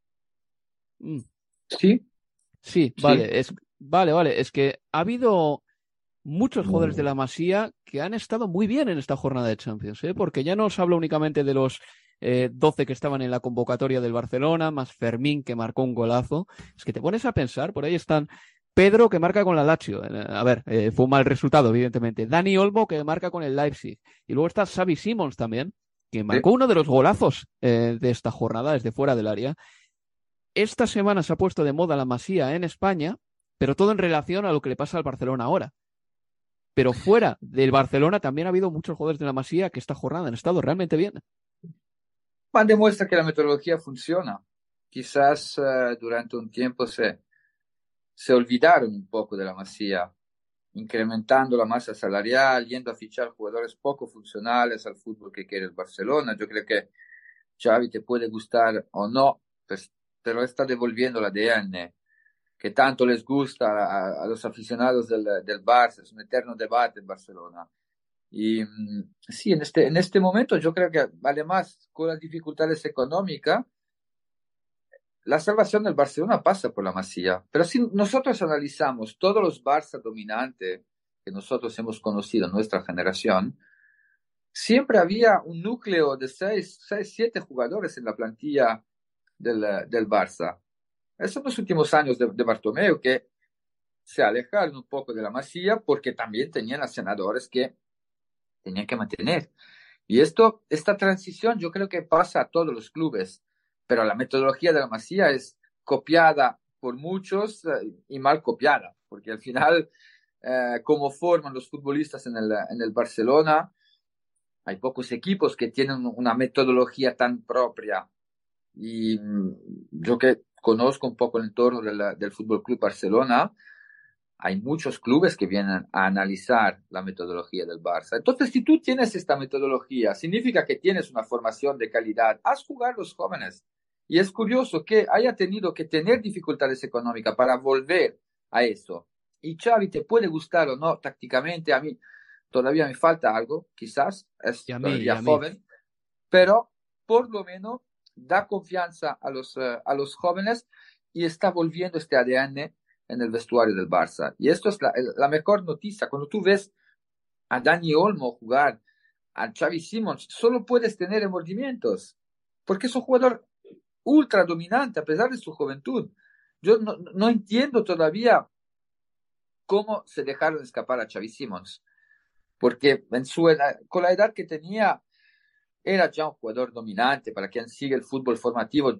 Speaker 3: Mm.
Speaker 6: Sí,
Speaker 3: Sí,
Speaker 6: sí.
Speaker 3: vale, es, vale, vale, es que ha habido muchos jugadores de la Masía que han estado muy bien en esta jornada de Champions, ¿eh? Porque ya no os hablo únicamente de los eh, doce que estaban en la convocatoria del Barcelona, más Fermín que marcó un golazo. Es que te pones a pensar, por ahí están Pedro que marca con la Lazio, eh, a ver, eh, fue un mal resultado evidentemente, Dani Olmo que marca con el Leipzig, y luego está Xavi Simons también, que marcó
Speaker 6: Sí.
Speaker 3: uno de los golazos eh, de esta jornada desde fuera del área. Esta semana se ha puesto de moda la Masía en España, pero todo en relación a lo que le pasa al Barcelona ahora. Pero fuera del Barcelona también ha habido muchos jugadores de la Masía que esta jornada han estado realmente bien.
Speaker 6: Más demuestra que la metodología funciona. Quizás uh, durante un tiempo se, se olvidaron un poco de la Masía, incrementando la masa salarial, yendo a fichar jugadores poco funcionales al fútbol que quiere el Barcelona. Yo creo que Xavi te puede gustar o no, pues, pero está devolviendo el A D N que tanto les gusta a, a los aficionados del, del Barça. Es un eterno debate en Barcelona. Y sí, en este, en este momento yo creo que además con las dificultades económicas, la salvación del Barcelona pasa por la Masía. Pero si nosotros analizamos todos los Barça dominantes que nosotros hemos conocido en nuestra generación, siempre había un núcleo de seis, seis, siete jugadores en la plantilla del, del Barça. Esos son los últimos años de, de Bartomeu que se alejaron un poco de la Masía porque también tenían a senadores que tenían que mantener. Y esto, esta transición yo creo que pasa a todos los clubes, pero la metodología de la Masía es copiada por muchos eh, y mal copiada, porque al final, eh, como forman los futbolistas en el, en el Barcelona, hay pocos equipos que tienen una metodología tan propia. Y yo que conozco un poco el entorno de la, del Fútbol Club Barcelona, hay muchos clubes que vienen a analizar la metodología del Barça. Entonces, si tú tienes esta metodología, significa que tienes una formación de calidad. Haz jugar a los jóvenes. Y es curioso que haya tenido que tener dificultades económicas para volver a eso. Y Xavi te puede gustar o no tácticamente. A mí todavía me falta algo, quizás. Es
Speaker 3: Y a mí,
Speaker 6: todavía
Speaker 3: y a mí.
Speaker 6: joven. Pero por lo menos da confianza a los, uh, a los jóvenes y está volviendo este A D N en el vestuario del Barça. Y esto es la, la mejor noticia. Cuando tú ves a Dani Olmo jugar, a Xavi Simons, solo puedes tener remordimientos, porque es un jugador ultra dominante a pesar de su juventud. Yo no, no entiendo todavía cómo se dejaron escapar a Xavi Simons, porque en su edad, con la edad que tenía, era ya un jugador dominante. Para quien sigue el fútbol formativo,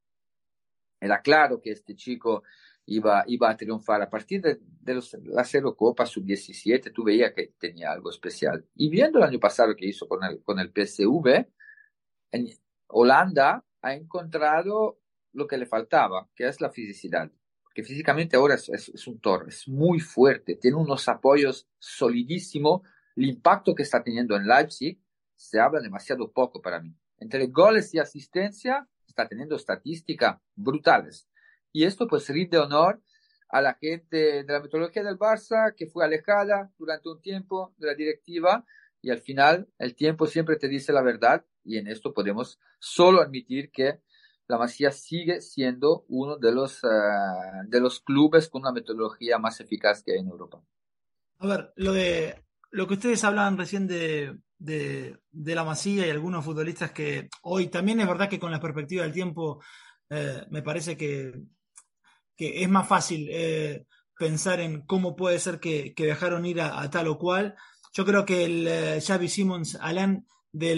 Speaker 6: era claro que este chico iba, iba a triunfar. A partir de, de los, la Eurocopa sub diecisiete, tú veías que tenía algo especial. Y viendo el año pasado que hizo con el, con el P S V, en Holanda ha encontrado lo que le faltaba, que es la fisicidad. Porque físicamente ahora es, es, es un toro, es muy fuerte, tiene unos apoyos solidísimos. El impacto que está teniendo en Leipzig se habla demasiado poco para mí. Entre goles y asistencia, está teniendo estadísticas brutales. Y esto pues rinde honor a la gente de la metodología del Barça, que fue alejada durante un tiempo de la directiva, y al final el tiempo siempre te dice la verdad, y en esto podemos solo admitir que la Masía sigue siendo uno de los, uh, de los clubes con una metodología más eficaz que hay en Europa.
Speaker 5: A ver, lo de lo que ustedes hablaban recién de, de, de la Masía y algunos futbolistas que hoy también es verdad que con la perspectiva del tiempo eh, me parece que, que es más fácil eh, pensar en cómo puede ser que, que dejaron ir a, a tal o cual. yo creo que el eh, Xavi Simons, Alain,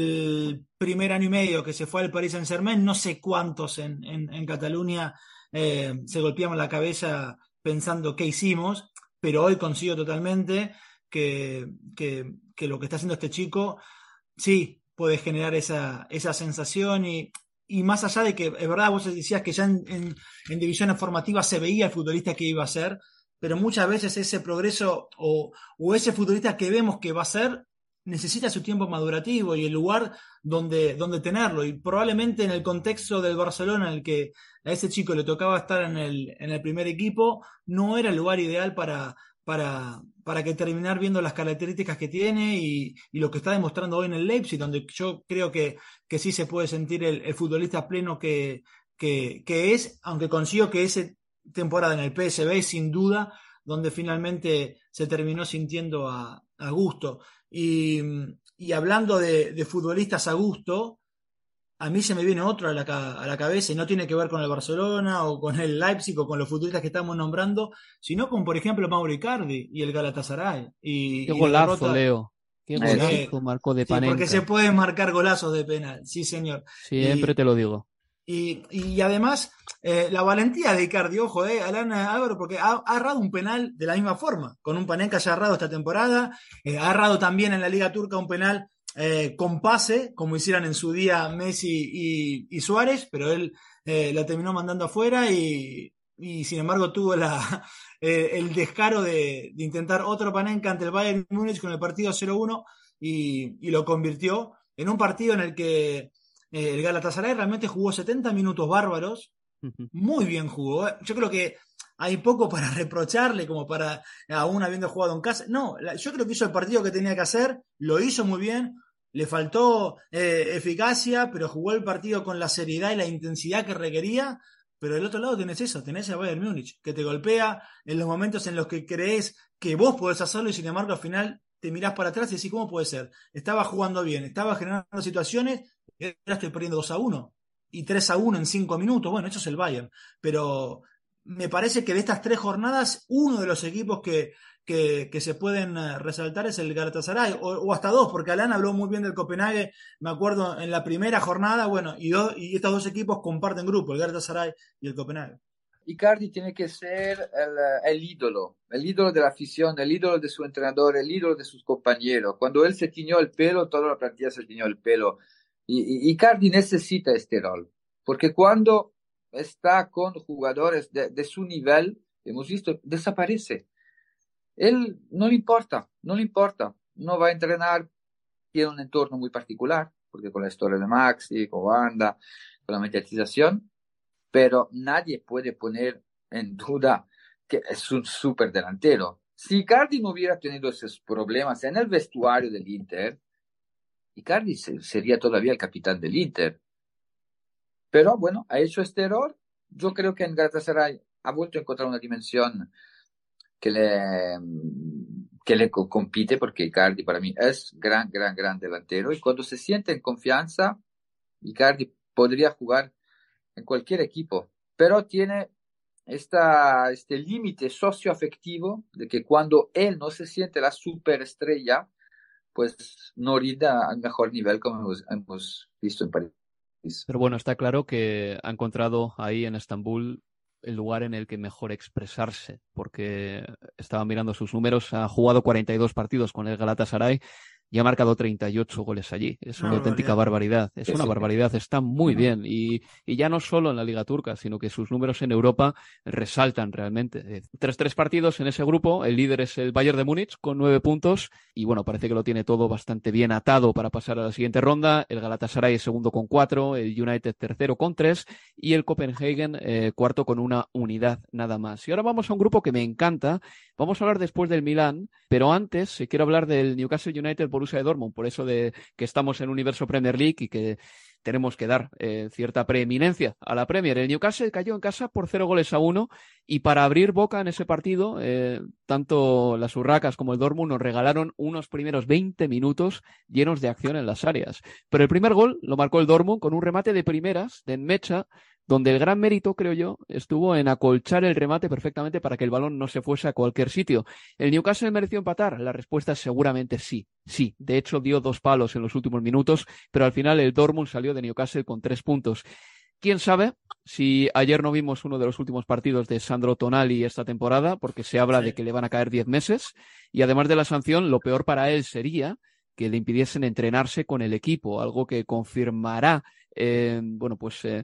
Speaker 5: del primer año y medio que se fue al Paris Saint-Germain, no sé cuántos en, en, en Cataluña eh, se golpeaban la cabeza pensando qué hicimos, pero hoy consigo totalmente que, que, que lo que está haciendo este chico, sí, puede generar esa, esa sensación y, y más allá de que, es verdad, vos decías que ya en, en, en divisiones formativas se veía el futbolista que iba a ser, pero muchas veces ese progreso o, o ese futbolista que vemos que va a ser necesita su tiempo madurativo y el lugar donde, donde tenerlo. Y probablemente en el contexto del Barcelona, en el que a ese chico le tocaba estar en el, en el primer equipo, no era el lugar ideal para, para, para que terminar viendo las características que tiene y, y lo que está demostrando hoy en el Leipzig, donde yo creo que, que sí se puede sentir el, el futbolista pleno que, que, que es, aunque consigo que esa temporada en el P S V, sin duda, donde finalmente se terminó sintiendo a, a gusto. Y, y hablando de, de futbolistas a gusto, a mí se me viene otro a la, a la cabeza y no tiene que ver con el Barcelona o con el Leipzig o con los futbolistas que estamos nombrando, sino con, por ejemplo, Mauro Icardi y el Galatasaray. Y,
Speaker 3: Qué
Speaker 5: y
Speaker 3: golazo,
Speaker 5: derrota...
Speaker 3: Leo. Qué golazo eh, marcó de Panenka.
Speaker 5: Sí, porque se pueden marcar golazos de penal, sí señor.
Speaker 3: Siempre
Speaker 5: y,
Speaker 3: te lo digo.
Speaker 5: Y, y además, eh, la valentía de Icardi, ojo, eh, Alan Álvaro, porque ha, ha errado un penal de la misma forma, con un Panenka ya errado esta temporada, eh, ha errado también en la Liga Turca un penal eh, con pase, como hicieron en su día Messi y, y Suárez, pero él eh, la terminó mandando afuera y, y sin embargo tuvo la, eh, el descaro de, de intentar otro Panenka ante el Bayern Múnich con el partido cero uno y, y lo convirtió en un partido en el que Eh, el Galatasaray realmente jugó setenta minutos bárbaros, muy bien jugó. Yo creo que hay poco para reprocharle, como para, aún habiendo jugado en casa. No, la, yo creo que hizo el partido que tenía que hacer, lo hizo muy bien, le faltó eh, eficacia, pero jugó el partido con la seriedad y la intensidad que requería. Pero del otro lado tenés eso, tenés a Bayern Múnich, que te golpea en los momentos en los que crees que vos podés hacerlo y sin embargo al final te mirás para atrás y decís, ¿cómo puede ser? Estaba jugando bien, estaba generando situaciones, y ahora estoy perdiendo dos a uno y tres a uno en cinco minutos. Bueno, eso es el Bayern. Pero me parece que de estas tres jornadas, uno de los equipos que, que, que se pueden resaltar es el Galatasaray, o, o hasta dos, porque Alan habló muy bien del Copenhague, me acuerdo, en la primera jornada, bueno, y, do, y estos dos equipos comparten grupo, el Galatasaray y el Copenhague.
Speaker 6: Icardi tiene que ser el, el ídolo, el ídolo de la afición, el ídolo de su entrenador, el ídolo de sus compañeros. Cuando él se tiñó el pelo, toda la plantilla se tiñó el pelo. Y, y Icardi necesita este rol, porque cuando está con jugadores de, de su nivel, hemos visto, desaparece. Él no le importa, no le importa, no va a entrenar, tiene un entorno muy particular, porque con la historia de Maxi, con Wanda, con la mediatización, pero nadie puede poner en duda que es un súper delantero. Si Icardi no hubiera tenido esos problemas en el vestuario del Inter, Icardi sería todavía el capitán del Inter. Pero bueno, ha hecho este error. Yo creo que en Galatasaray ha vuelto a encontrar una dimensión que le, que le compite, porque Icardi para mí es gran, gran, gran delantero. Y cuando se siente en confianza, Icardi podría jugar en cualquier equipo, pero tiene esta, este límite socioafectivo de que cuando él no se siente la superestrella, pues no rinda al mejor nivel como hemos, hemos visto en París.
Speaker 3: Pero bueno, está claro que ha encontrado ahí en Estambul el lugar en el que mejor expresarse, porque estaba mirando sus números, ha jugado cuarenta y dos partidos con el Galatasaray y ha marcado treinta y ocho goles allí. Es una, una auténtica barbaridad. Es una barbaridad. Está muy bien. Y, y ya no solo en la Liga Turca, sino que sus números en Europa resaltan realmente. Tras tres partidos en ese grupo, el líder es el Bayern de Múnich con nueve puntos. Y bueno, parece que lo tiene todo bastante bien atado para pasar a la siguiente ronda. El Galatasaray es segundo con cuatro, el United tercero con tres y el Copenhagen eh, cuarto con una unidad nada más. Y ahora vamos a un grupo que me encanta. Vamos a hablar después del Milán, pero antes eh, quiero hablar del Newcastle United Borussia de Dortmund, por eso de que estamos en Universo Premier League y que tenemos que dar eh, cierta preeminencia a la Premier. El Newcastle cayó en casa por cero goles a uno y para abrir boca en ese partido, eh, tanto las Urracas como el Dortmund nos regalaron unos primeros veinte minutos llenos de acción en las áreas. Pero el primer gol lo marcó el Dortmund con un remate de primeras de Nmecha, donde el gran mérito, creo yo, estuvo en acolchar el remate perfectamente para que el balón no se fuese a cualquier sitio. ¿El Newcastle mereció empatar? La respuesta es seguramente sí, sí. De hecho, dio dos palos en los últimos minutos, pero al final el Dortmund salió de Newcastle con tres puntos. ¿Quién sabe si ayer no vimos uno de los últimos partidos de Sandro Tonali esta temporada? Porque se habla
Speaker 5: Sí.
Speaker 3: de que le van a caer diez meses y además de la sanción, lo peor para él sería que le impidiesen entrenarse con el equipo, algo que confirmará eh, bueno, pues, eh,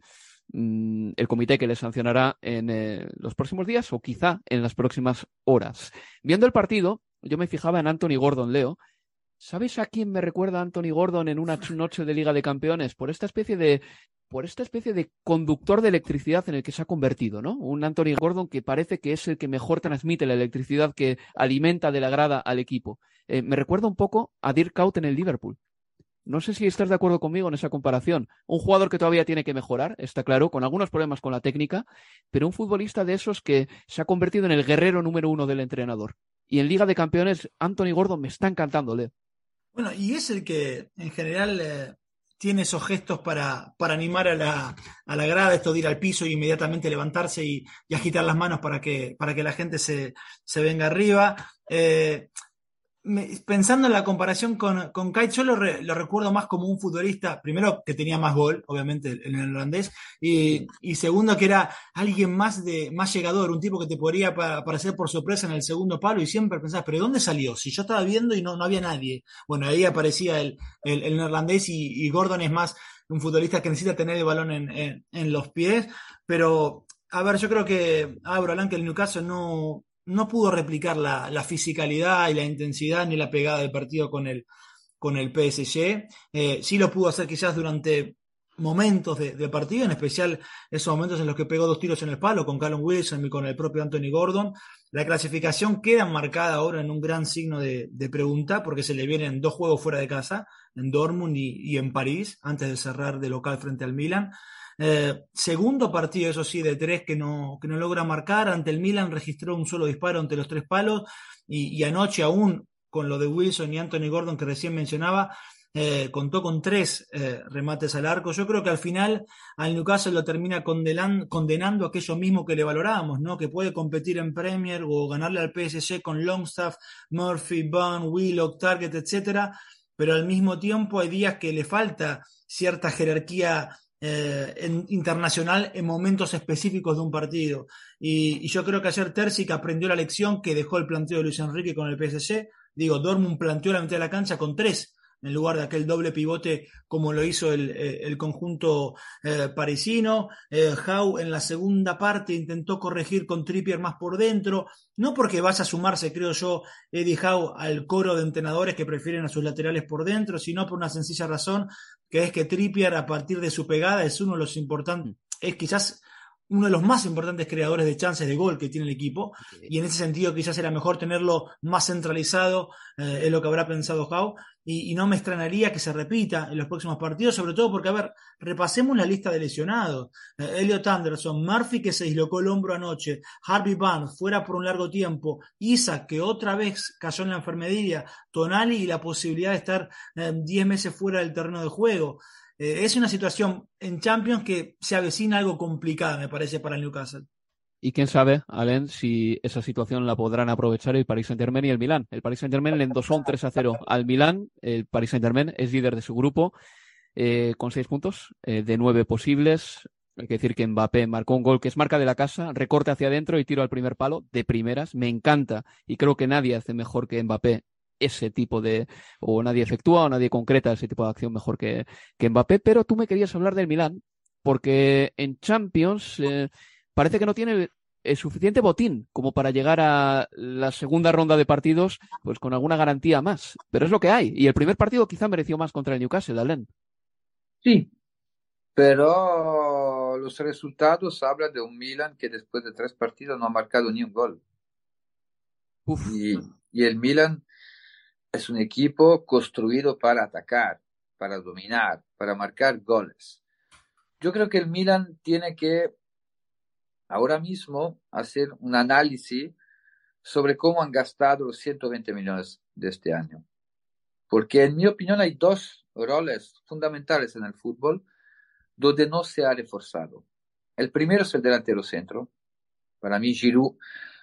Speaker 3: mm, el comité que le sancionará en eh, los próximos días o quizá en las próximas horas. Viendo el partido, yo me fijaba en Anthony Gordon, Leo. ¿Sabes a quién me recuerda Anthony Gordon en una noche de Liga de Campeones? Por esta especie de, por esta especie de conductor de electricidad en el que se ha convertido, ¿no? Un Anthony Gordon que parece que es el que mejor transmite la electricidad que alimenta de la grada al equipo. Eh, me recuerda un poco a Dirk Kuyt en el Liverpool. No sé si estás de acuerdo conmigo en esa comparación. Un jugador que todavía tiene que mejorar, está claro, con algunos problemas con la técnica, pero un futbolista de esos que se ha convertido en el guerrero número uno del entrenador. Y en Liga de Campeones, Anthony Gordon me está encantando, Leo.
Speaker 5: Bueno, y es el que en general eh, tiene esos gestos para, para animar a la, a la grada, esto de ir al piso e inmediatamente levantarse y, y agitar las manos para que, para que la gente se, se venga arriba. Eh, me, pensando en la comparación con, con Kuyt, yo lo, re, lo recuerdo más como un futbolista, primero que tenía más gol, obviamente, en el holandés, y, y segundo que era alguien más de más llegador, un tipo que te podría aparecer por sorpresa en el segundo palo y siempre pensabas, pero ¿de dónde salió? Si yo estaba viendo y no, no había nadie. Bueno, ahí aparecía el, el, el neerlandés y, y Gordon es más un futbolista que necesita tener el balón en, en, en los pies, pero a ver, yo creo que Abraham, que el Newcastle no no pudo replicar la, la fisicalidad y la intensidad ni la pegada del partido con el, con el P S G. Eh, sí lo pudo hacer quizás durante momentos de, de partido, en especial esos momentos en los que pegó dos tiros en el palo con Callum Wilson y con el propio Anthony Gordon. La clasificación queda marcada ahora en un gran signo de, de pregunta porque se le vienen dos juegos fuera de casa, en Dortmund y, y en París, antes de cerrar de local frente al Milan. Eh, segundo partido, eso sí, de tres que no, que no logra marcar. Ante el Milan registró un solo disparo ante los tres palos y, y anoche aún con lo de Wilson y Anthony Gordon que recién mencionaba, eh, contó con tres eh, remates al arco. Yo creo que al final al Newcastle lo termina condenan, condenando aquello mismo que le valorábamos, ¿no? Que puede competir en Premier o ganarle al P S G con Longstaff, Murphy, Bunn, Willock, Target, etcétera, pero al mismo tiempo hay días que le falta cierta jerarquía Eh, en, internacional en momentos específicos de un partido y, y yo creo que ayer Terzic aprendió la lección que dejó el planteo de Luis Enrique con el P S G. Digo, Dortmund planteó la mitad de la cancha con tres en lugar de aquel doble pivote como lo hizo el, el conjunto eh, parisino. eh, Howe en la segunda parte intentó corregir con Trippier más por dentro, no porque vaya a sumarse, creo yo, Eddie Howe al coro de entrenadores que prefieren a sus laterales por dentro, sino por una sencilla razón, que es que Trippier a partir de su pegada es uno de los importantes, es quizás uno de los más importantes creadores de chances de gol que tiene el equipo, y en ese sentido quizás era mejor tenerlo más centralizado, eh, es lo que habrá pensado Howe, y, y no me extrañaría que se repita en los próximos partidos, sobre todo porque, a ver, repasemos la lista de lesionados. eh, Elliot Anderson, Murphy que se dislocó el hombro anoche, Harvey Barnes fuera por un largo tiempo, Isaac que otra vez cayó en la enfermería, Tonali y la posibilidad de estar diez eh, meses fuera del terreno de juego. Eh, es una situación en Champions que se avecina algo complicada, me parece, para el Newcastle.
Speaker 3: Y quién sabe, Alain, si esa situación la podrán aprovechar el Paris Saint-Germain y el Milán. El Paris Saint-Germain le endosó un tres a cero al Milán. El Paris Saint-Germain es líder de su grupo eh, con seis puntos eh, de nueve posibles. Hay que decir que Mbappé marcó un gol que es marca de la casa, recorte hacia adentro y tiro al primer palo de primeras. Me encanta y creo que nadie hace mejor que Mbappé ese tipo de, o nadie efectúa o nadie concreta ese tipo de acción mejor que, que Mbappé, pero tú me querías hablar del Milán, porque en Champions eh, parece que no tiene el, el suficiente botín como para llegar a la segunda ronda de partidos pues con alguna garantía más, pero es lo que hay, y el primer partido quizá mereció más contra el Newcastle, Alain.
Speaker 6: Sí, pero los resultados hablan de un Milan que después de tres partidos no ha marcado ni un gol.
Speaker 3: Uf.
Speaker 6: Y, y el Milan es un equipo construido para atacar, para dominar, para marcar goles. Yo creo que el Milan tiene que ahora mismo hacer un análisis sobre cómo han gastado los ciento veinte millones de este año. Porque en mi opinión hay dos roles fundamentales en el fútbol donde no se ha reforzado. El primero es el delantero centro. Para mí Giroud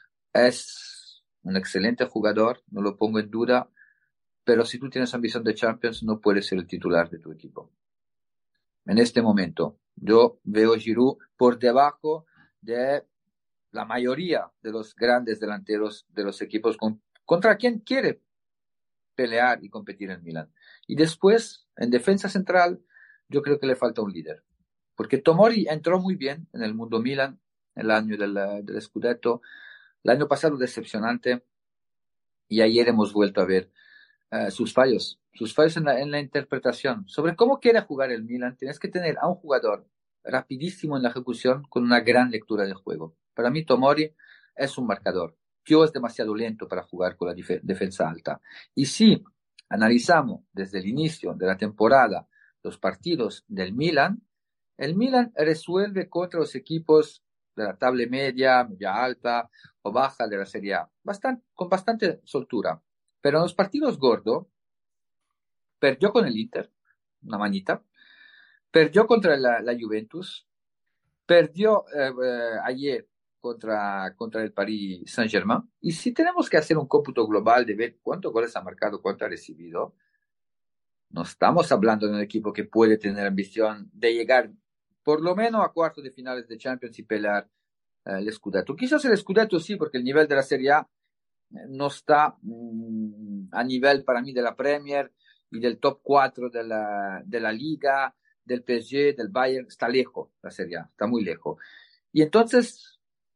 Speaker 6: es un excelente jugador, no lo pongo en duda, pero si tú tienes ambición de Champions no puedes ser el titular de tu equipo. En este momento yo veo Giroud por debajo de la mayoría de los grandes delanteros de los equipos con, contra quien quiere pelear y competir en Milan. Y después, en defensa central, yo creo que le falta un líder. Porque Tomori entró muy bien en el mundo Milan el año del, del Scudetto. El año pasado decepcionante. Y ayer hemos vuelto a ver uh, sus fallos. Sus fallos en la, en la interpretación. Sobre cómo quiere jugar el Milan, tienes que tener a un jugador rapidísimo en la ejecución con una gran lectura de juego. Para mí Tomori es un marcador. Pio es demasiado lento para jugar con la dif- defensa alta. Y si analizamos desde el inicio de la temporada los partidos del Milan, el Milan resuelve contra los equipos de la tabla media, media alta o baja de la Serie A, bastante, con bastante soltura. Pero en los partidos gordos, perdió con el Inter, una manita, perdió contra la, la Juventus, perdió eh, eh, ayer contra, contra el Paris Saint-Germain. Y si tenemos que hacer un cómputo global de ver cuántos goles ha marcado, cuánto ha recibido, no estamos hablando de un equipo que puede tener ambición de llegar por lo menos a cuartos de finales de Champions y pelear eh, el Scudetto. Quizás el Scudetto sí, porque el nivel de la Serie A no está mmm, a nivel para mí de la Premier y del top cuatro de la, de la Liga, del P S G, del Bayern. Está lejos la Serie A, está muy lejos. Y entonces,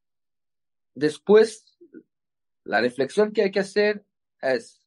Speaker 6: después, la reflexión que hay que hacer es,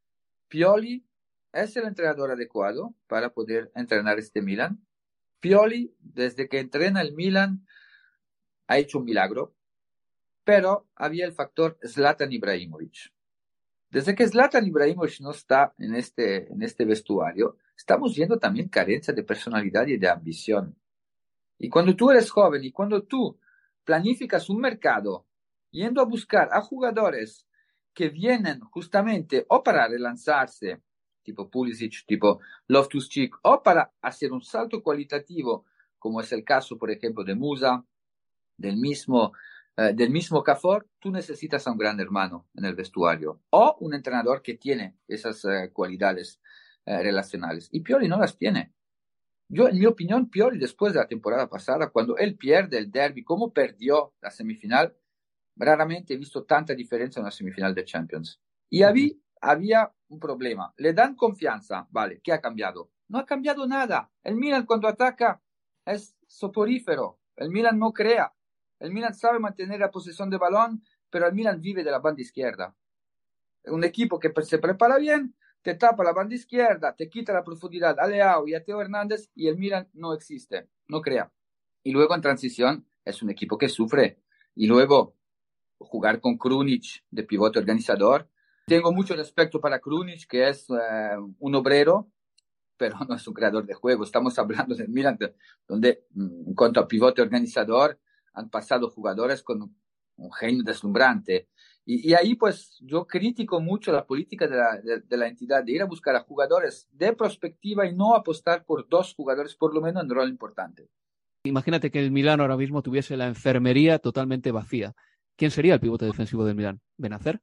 Speaker 6: Pioli es el entrenador adecuado para poder entrenar este Milan. Pioli, desde que entrena el Milan, ha hecho un milagro, pero había el factor Zlatan Ibrahimovic. Desde que Zlatan Ibrahimovic no está en este, en este vestuario, estamos viendo también carencia de personalidad y de ambición. Y cuando tú eres joven y cuando tú planificas un mercado yendo a buscar a jugadores que vienen justamente o para relanzarse, tipo Pulisic, tipo Loftus-Cheek, o para hacer un salto cualitativo, como es el caso, por ejemplo, de Musa, del mismo, eh, del mismo Cafor, tú necesitas a un gran hermano en el vestuario o un entrenador que tiene esas eh, cualidades eh, relacionales. Y Pioli no las tiene. Yo, en mi opinión, Pioli, después de la temporada pasada, cuando él pierde el derby, como perdió la semifinal, raramente he visto tanta diferencia en la semifinal de Champions. Y había, había un problema. Le dan confianza, vale, ¿qué ha cambiado? No ha cambiado nada. El Milan cuando ataca es soporífero. El Milan no crea. El Milan sabe mantener la posesión de balón, pero el Milan vive de la banda izquierda. Un equipo que se prepara bien, te tapa la banda izquierda, te quita la profundidad a Leao y a Teo Hernández y el Milan no existe, no crea. Y luego en transición es un equipo que sufre. Y luego jugar con Krunic de pivote organizador. Tengo mucho respeto para Krunic, que es eh, un obrero, pero no es un creador de juego. Estamos hablando del Milan, donde en cuanto a pivote organizador han pasado jugadores con un genio deslumbrante. Y, y ahí pues yo critico mucho la política de la, de, de la entidad de ir a buscar a jugadores de prospectiva y no apostar por dos jugadores por lo menos en rol importante.
Speaker 3: Imagínate que el Milán ahora mismo tuviese la enfermería totalmente vacía. ¿Quién sería el pivote defensivo del Milán? ¿Benacer?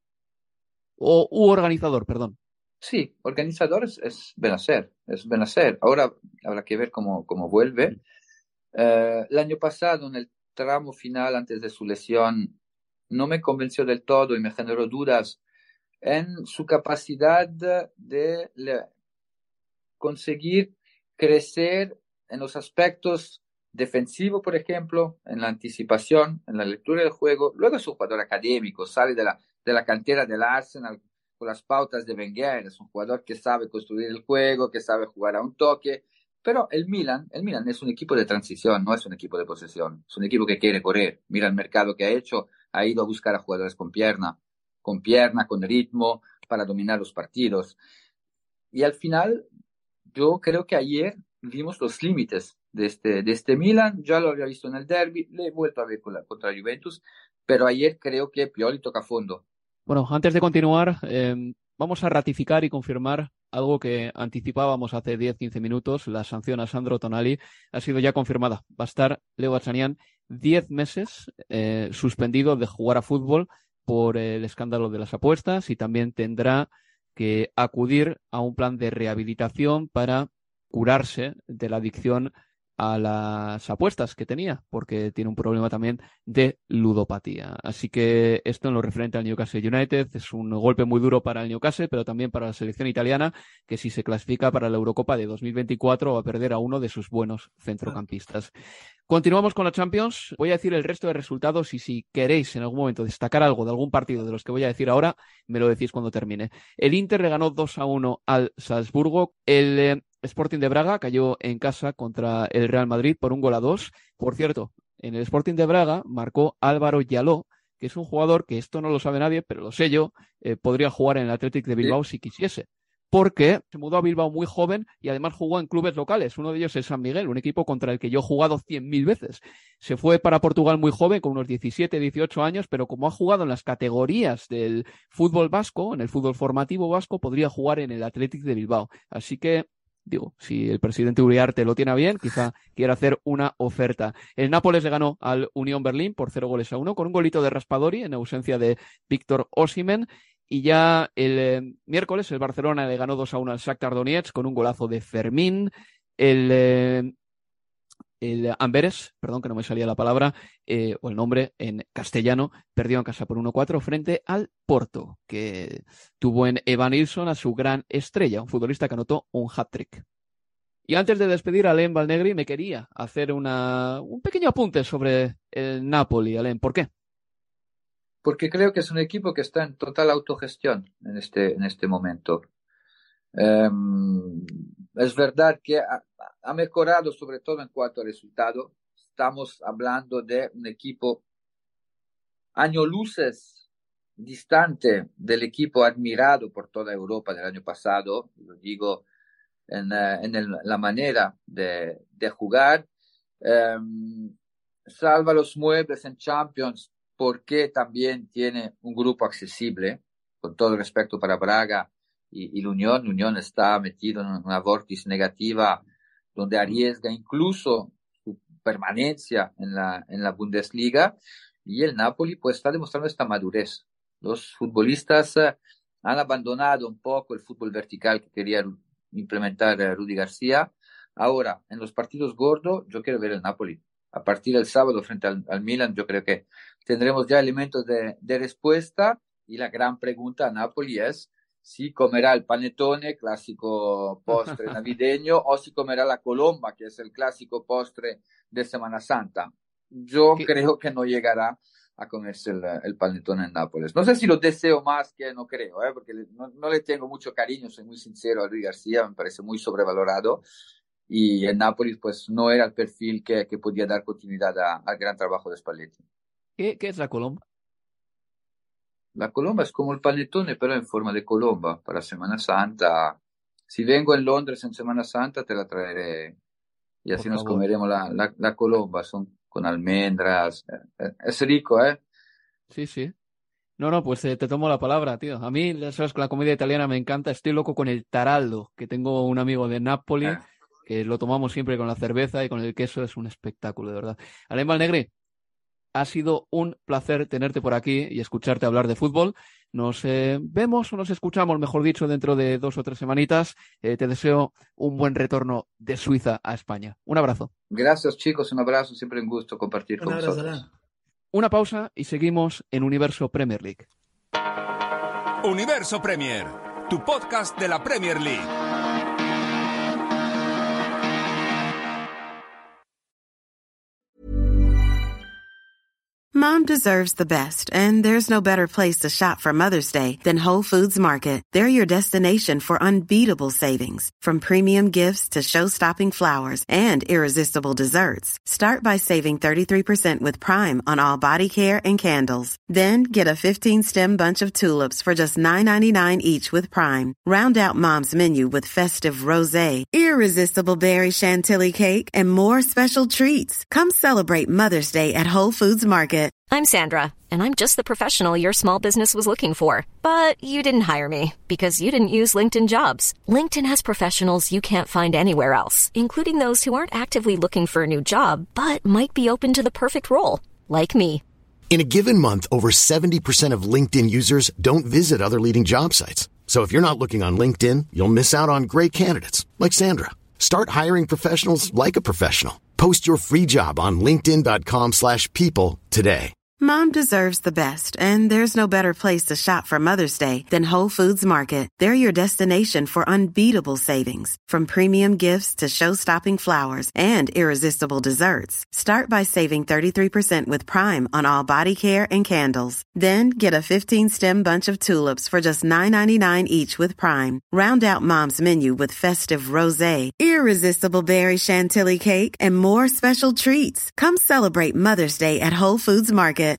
Speaker 3: O u organizador, perdón.
Speaker 6: Sí, organizador es, es Benacer, es Benacer. Ahora habrá que ver cómo, cómo vuelve. Eh, el año pasado, en el tramo final antes de su lesión, no me convenció del todo y me generó dudas en su capacidad de le, conseguir crecer en los aspectos defensivos, por ejemplo, en la anticipación, en la lectura del juego. Luego es un jugador académico, sale de la, de la cantera del Arsenal con las pautas de Wenger, es un jugador que sabe construir el juego, que sabe jugar a un toque, pero el Milan, el Milan es un equipo de transición, no es un equipo de posesión, es un equipo que quiere correr. Mira el mercado que ha hecho, ha ido a buscar a jugadores con pierna, con pierna, con ritmo, para dominar los partidos. Y al final, yo creo que ayer vimos los límites de este, de este Milan. Ya lo había visto en el derby, le he vuelto a ver con la, contra la Juventus, pero ayer creo que Pioli toca fondo.
Speaker 3: Bueno, antes de continuar, eh, vamos a ratificar y confirmar algo que anticipábamos hace diez a quince minutos. La sanción a Sandro Tonali ha sido ya confirmada. Va a estar Leo Achanian diez meses eh, suspendido de jugar a fútbol por el escándalo de las apuestas y también tendrá que acudir a un plan de rehabilitación para curarse de la adicción a las apuestas que tenía, porque tiene un problema también de ludopatía. Así que esto en lo referente al Newcastle United es un golpe muy duro para el Newcastle, pero también para la selección italiana, que si se clasifica para la Eurocopa de dos mil veinticuatro va a perder a uno de sus buenos centrocampistas. Continuamos con la Champions. Voy a decir el resto de resultados y si queréis en algún momento destacar algo de algún partido de los que voy a decir ahora, me lo decís cuando termine. El Inter le ganó dos a uno al Salzburgo. El eh, Sporting de Braga cayó en casa contra el Real Madrid por un gol a dos. Por cierto, en el Sporting de Braga marcó Álvaro Yaló, que es un jugador que esto no lo sabe nadie, pero lo sé yo, eh, podría jugar en el Athletic de Bilbao si quisiese. Porque se mudó a Bilbao muy joven y además jugó en clubes locales. Uno de ellos es San Miguel, un equipo contra el que yo he jugado cien mil veces. Se fue para Portugal muy joven, con unos diecisiete, dieciocho años, pero como ha jugado en las categorías del fútbol vasco, en el fútbol formativo vasco, podría jugar en el Athletic de Bilbao. Así que, digo, si el presidente Uriarte lo tiene bien, quizá quiera hacer una oferta. El Nápoles le ganó al Unión Berlín por cero goles a uno, con un golito de Raspadori en ausencia de Víctor Osimhen. Y ya el eh, miércoles el Barcelona le ganó dos a uno al Shakhtar Donetsk con un golazo de Fermín. El, eh, el Amberes, perdón que no me salía la palabra, eh, o el nombre en castellano, perdió en casa por uno a cuatro frente al Porto, que tuvo en Evan Nilsson a su gran estrella, un futbolista que anotó un hat-trick. Y antes de despedir a Alain Valnegri, me quería hacer una, un pequeño apunte sobre el Napoli. Alain, ¿por qué?
Speaker 6: Porque creo que es un equipo que está en total autogestión en este, en este momento. Um, es verdad que ha, ha mejorado sobre todo en cuanto al resultado. Estamos hablando de un equipo año luces distante del equipo admirado por toda Europa del año pasado. Lo digo en, uh, en el, la manera de, de jugar. Um, salva los muebles en Champions, porque también tiene un grupo accesible, con todo respeto para Braga y, y la Unión. La Unión está metido en una vórtice negativa donde arriesga incluso su permanencia en la, en la Bundesliga, y el Napoli pues está demostrando esta madurez. Los futbolistas eh, han abandonado un poco el fútbol vertical que quería implementar eh, Rudy García. Ahora, en los partidos gordos, yo quiero ver el Napoli. A partir del sábado frente al, al Milan, yo creo que tendremos ya elementos de, de respuesta, y la gran pregunta a Napoli es si comerá el panettone, clásico postre navideño, o si comerá la colomba, que es el clásico postre de Semana Santa. Yo ¿Qué? creo que no llegará a comerse el, el panettone en Nápoles. No sé si lo deseo más que no creo, ¿eh? porque no, no le tengo mucho cariño, soy muy sincero a Luis García, me parece muy sobrevalorado. Y el Nápoles pues no era el perfil que, que podía dar continuidad a, al gran trabajo de Spalletti.
Speaker 3: ¿Qué, ¿Qué es la colomba?
Speaker 6: La colomba es como el panettone, pero en forma de colomba para Semana Santa. Si vengo en Londres en Semana Santa te la traeré y así Por nos favor. comeremos la, la, la colomba. Son con almendras. Es rico, ¿eh?
Speaker 3: Sí, sí. No, no, pues eh, te tomo la palabra, tío. A mí, sabes que la comida italiana me encanta. Estoy loco con el taraldo, que tengo un amigo de Nápoli. Eh. que lo tomamos siempre con la cerveza y con el queso, es un espectáculo, de verdad. Alain Valnegri, ha sido un placer tenerte por aquí y escucharte hablar de fútbol. Nos eh, vemos o nos escuchamos, mejor dicho, dentro de dos o tres semanitas. Eh, te deseo un buen retorno de Suiza a España. Un abrazo.
Speaker 6: Gracias, chicos. Un abrazo. Siempre un gusto compartir un con abrazo, vosotros. Alain.
Speaker 3: Una pausa y seguimos en Universo Premier League.
Speaker 4: Universo Premier, tu podcast de la Premier League.
Speaker 1: Mom deserves the best, and there's no better place to shop for Mother's Day than Whole Foods Market. They're your destination for unbeatable savings, from premium gifts to show-stopping flowers and irresistible desserts. Start by saving thirty-three percent with Prime on all body care and candles. Then get a fifteen-stem bunch of tulips for just nine ninety-nine each with Prime. Round out Mom's menu with festive rosé, irresistible berry chantilly cake, and more special treats. Come celebrate Mother's Day at Whole Foods Market.
Speaker 7: I'm Sandra, and I'm just the professional your small business was looking for. But you didn't hire me because you didn't use LinkedIn Jobs. LinkedIn has professionals you can't find anywhere else, including those who aren't actively looking for a new job, but might be open to the perfect role, like me.
Speaker 8: In a given month, over seventy percent of LinkedIn users don't visit other leading job sites. So if you're not looking on LinkedIn, you'll miss out on great candidates like Sandra. Start hiring professionals like a professional. Post your free job on linkedin.com slash people today.
Speaker 1: Mom deserves the best, and there's no better place to shop for Mother's Day than Whole Foods Market. They're your destination for unbeatable savings, from premium gifts to show-stopping flowers and irresistible desserts. Start by saving thirty-three percent with Prime on all body care and candles. Then get a fifteen-stem bunch of tulips for just nine ninety-nine each with Prime. Round out Mom's menu with festive rosé, irresistible berry chantilly cake, and more special treats. Come celebrate Mother's Day at Whole Foods Market.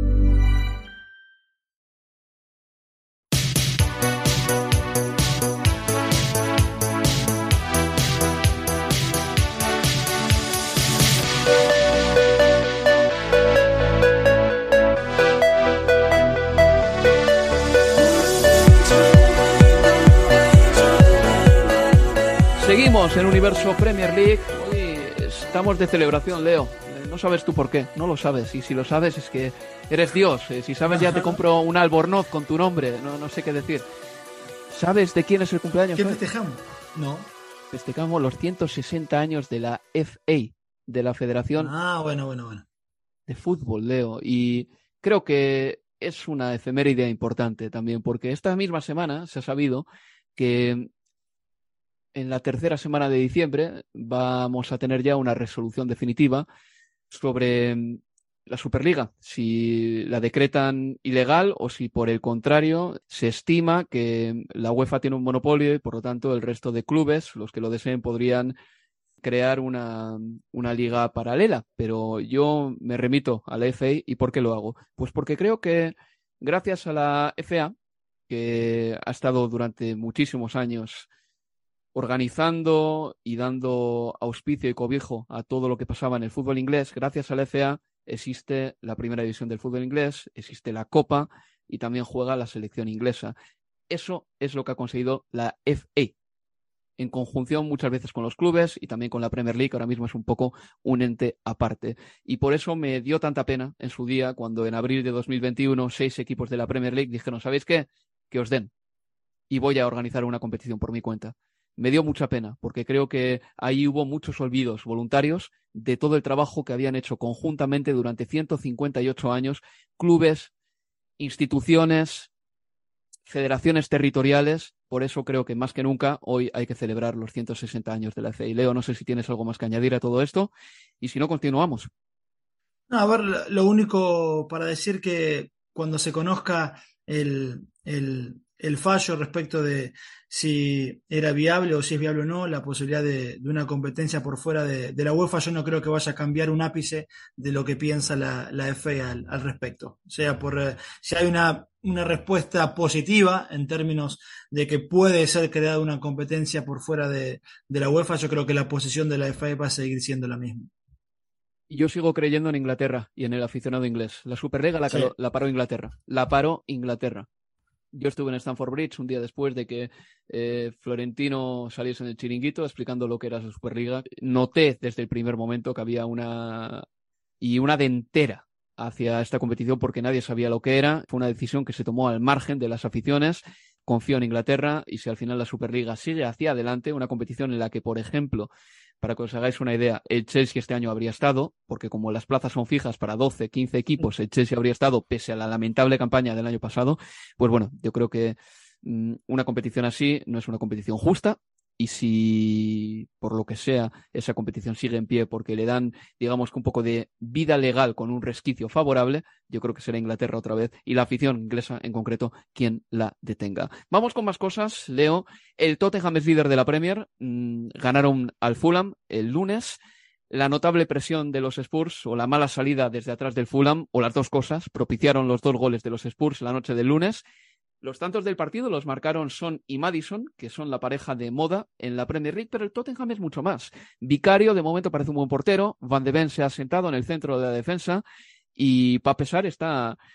Speaker 3: Seguimos en Universo Premier League. Hoy estamos de celebración, Leo. No sabes tú por qué, no lo sabes. Y si lo sabes es que eres Dios. Si sabes ya te compro un albornoz con tu nombre. No, no sé qué decir. ¿Sabes de quién es el cumpleaños?
Speaker 5: ¿Qué festejamos? No.
Speaker 3: Festejamos los ciento sesenta años de la F A, de la Federación
Speaker 5: ah, bueno, bueno, bueno.
Speaker 3: de Fútbol, Leo. Y creo que es una efeméride importante también, porque esta misma semana se ha sabido que en la tercera semana de diciembre vamos a tener ya una resolución definitiva sobre la Superliga, si la decretan ilegal o si por el contrario se estima que la UEFA tiene un monopolio y por lo tanto el resto de clubes, los que lo deseen, podrían crear una, una liga paralela. Pero yo me remito a la F A. ¿Y por qué lo hago? Pues porque creo que gracias a la F A, que ha estado durante muchísimos años organizando y dando auspicio y cobijo a todo lo que pasaba en el fútbol inglés, gracias a la F A existe la primera división del fútbol inglés, existe la Copa y también juega la selección inglesa. Eso es lo que ha conseguido la F A, en conjunción muchas veces con los clubes y también con la Premier League, que ahora mismo es un poco un ente aparte. Y por eso me dio tanta pena en su día cuando en abril de dos mil veintiuno seis equipos de la Premier League dijeron, ¿sabéis qué? Que os den. Y voy a organizar una competición por mi cuenta. Me dio mucha pena, porque creo que ahí hubo muchos olvidos voluntarios de todo el trabajo que habían hecho conjuntamente durante ciento cincuenta y ocho años clubes, instituciones, federaciones territoriales. Por eso creo que más que nunca hoy hay que celebrar los ciento sesenta años de la F A. Y Leo, no sé si tienes algo más que añadir a todo esto, y si no, continuamos.
Speaker 5: No, a ver, lo único para decir que cuando se conozca el, el, el fallo respecto de si era viable o si es viable o no la posibilidad de, de una competencia por fuera de, de la UEFA, yo no creo que vaya a cambiar un ápice de lo que piensa la, la F A al, al respecto. O sea, por eh, si hay una, una respuesta positiva en términos de que puede ser creada una competencia por fuera de, de la UEFA, yo creo que la posición de la F A va a seguir siendo la misma.
Speaker 3: Yo sigo creyendo en Inglaterra y en el aficionado inglés. La Superliga la, sí. la paró Inglaterra. La paró Inglaterra. Yo estuve en Stamford Bridge un día después de que eh, Florentino saliese en el chiringuito explicando lo que era la Superliga. Noté desde el primer momento que había una y una dentera hacia esta competición porque nadie sabía lo que era. Fue una decisión que se tomó al margen de las aficiones. Confío en Inglaterra y si al final la Superliga sigue hacia adelante, una competición en la que, por ejemplo, para que os hagáis una idea, el Chelsea este año habría estado, porque como las plazas son fijas para doce, quince equipos, el Chelsea habría estado pese a la lamentable campaña del año pasado. Pues bueno, yo creo que mmm, una competición así no es una competición justa. Y si, por lo que sea, esa competición sigue en pie porque le dan, digamos, que un poco de vida legal con un resquicio favorable, yo creo que será Inglaterra otra vez y la afición inglesa en concreto quien la detenga. Vamos con más cosas, Leo. El Tottenham es líder de la Premier. Mmm, ganaron al Fulham el lunes. La notable presión de los Spurs o la mala salida desde atrás del Fulham, o las dos cosas, propiciaron los dos goles de los Spurs la noche del lunes. Los tantos del partido los marcaron Son y Maddison, que son la pareja de moda en la Premier League, pero el Tottenham es mucho más. Vicario, de momento, parece un buen portero. Van de Ven se ha sentado en el centro de la defensa y Pape Sarr está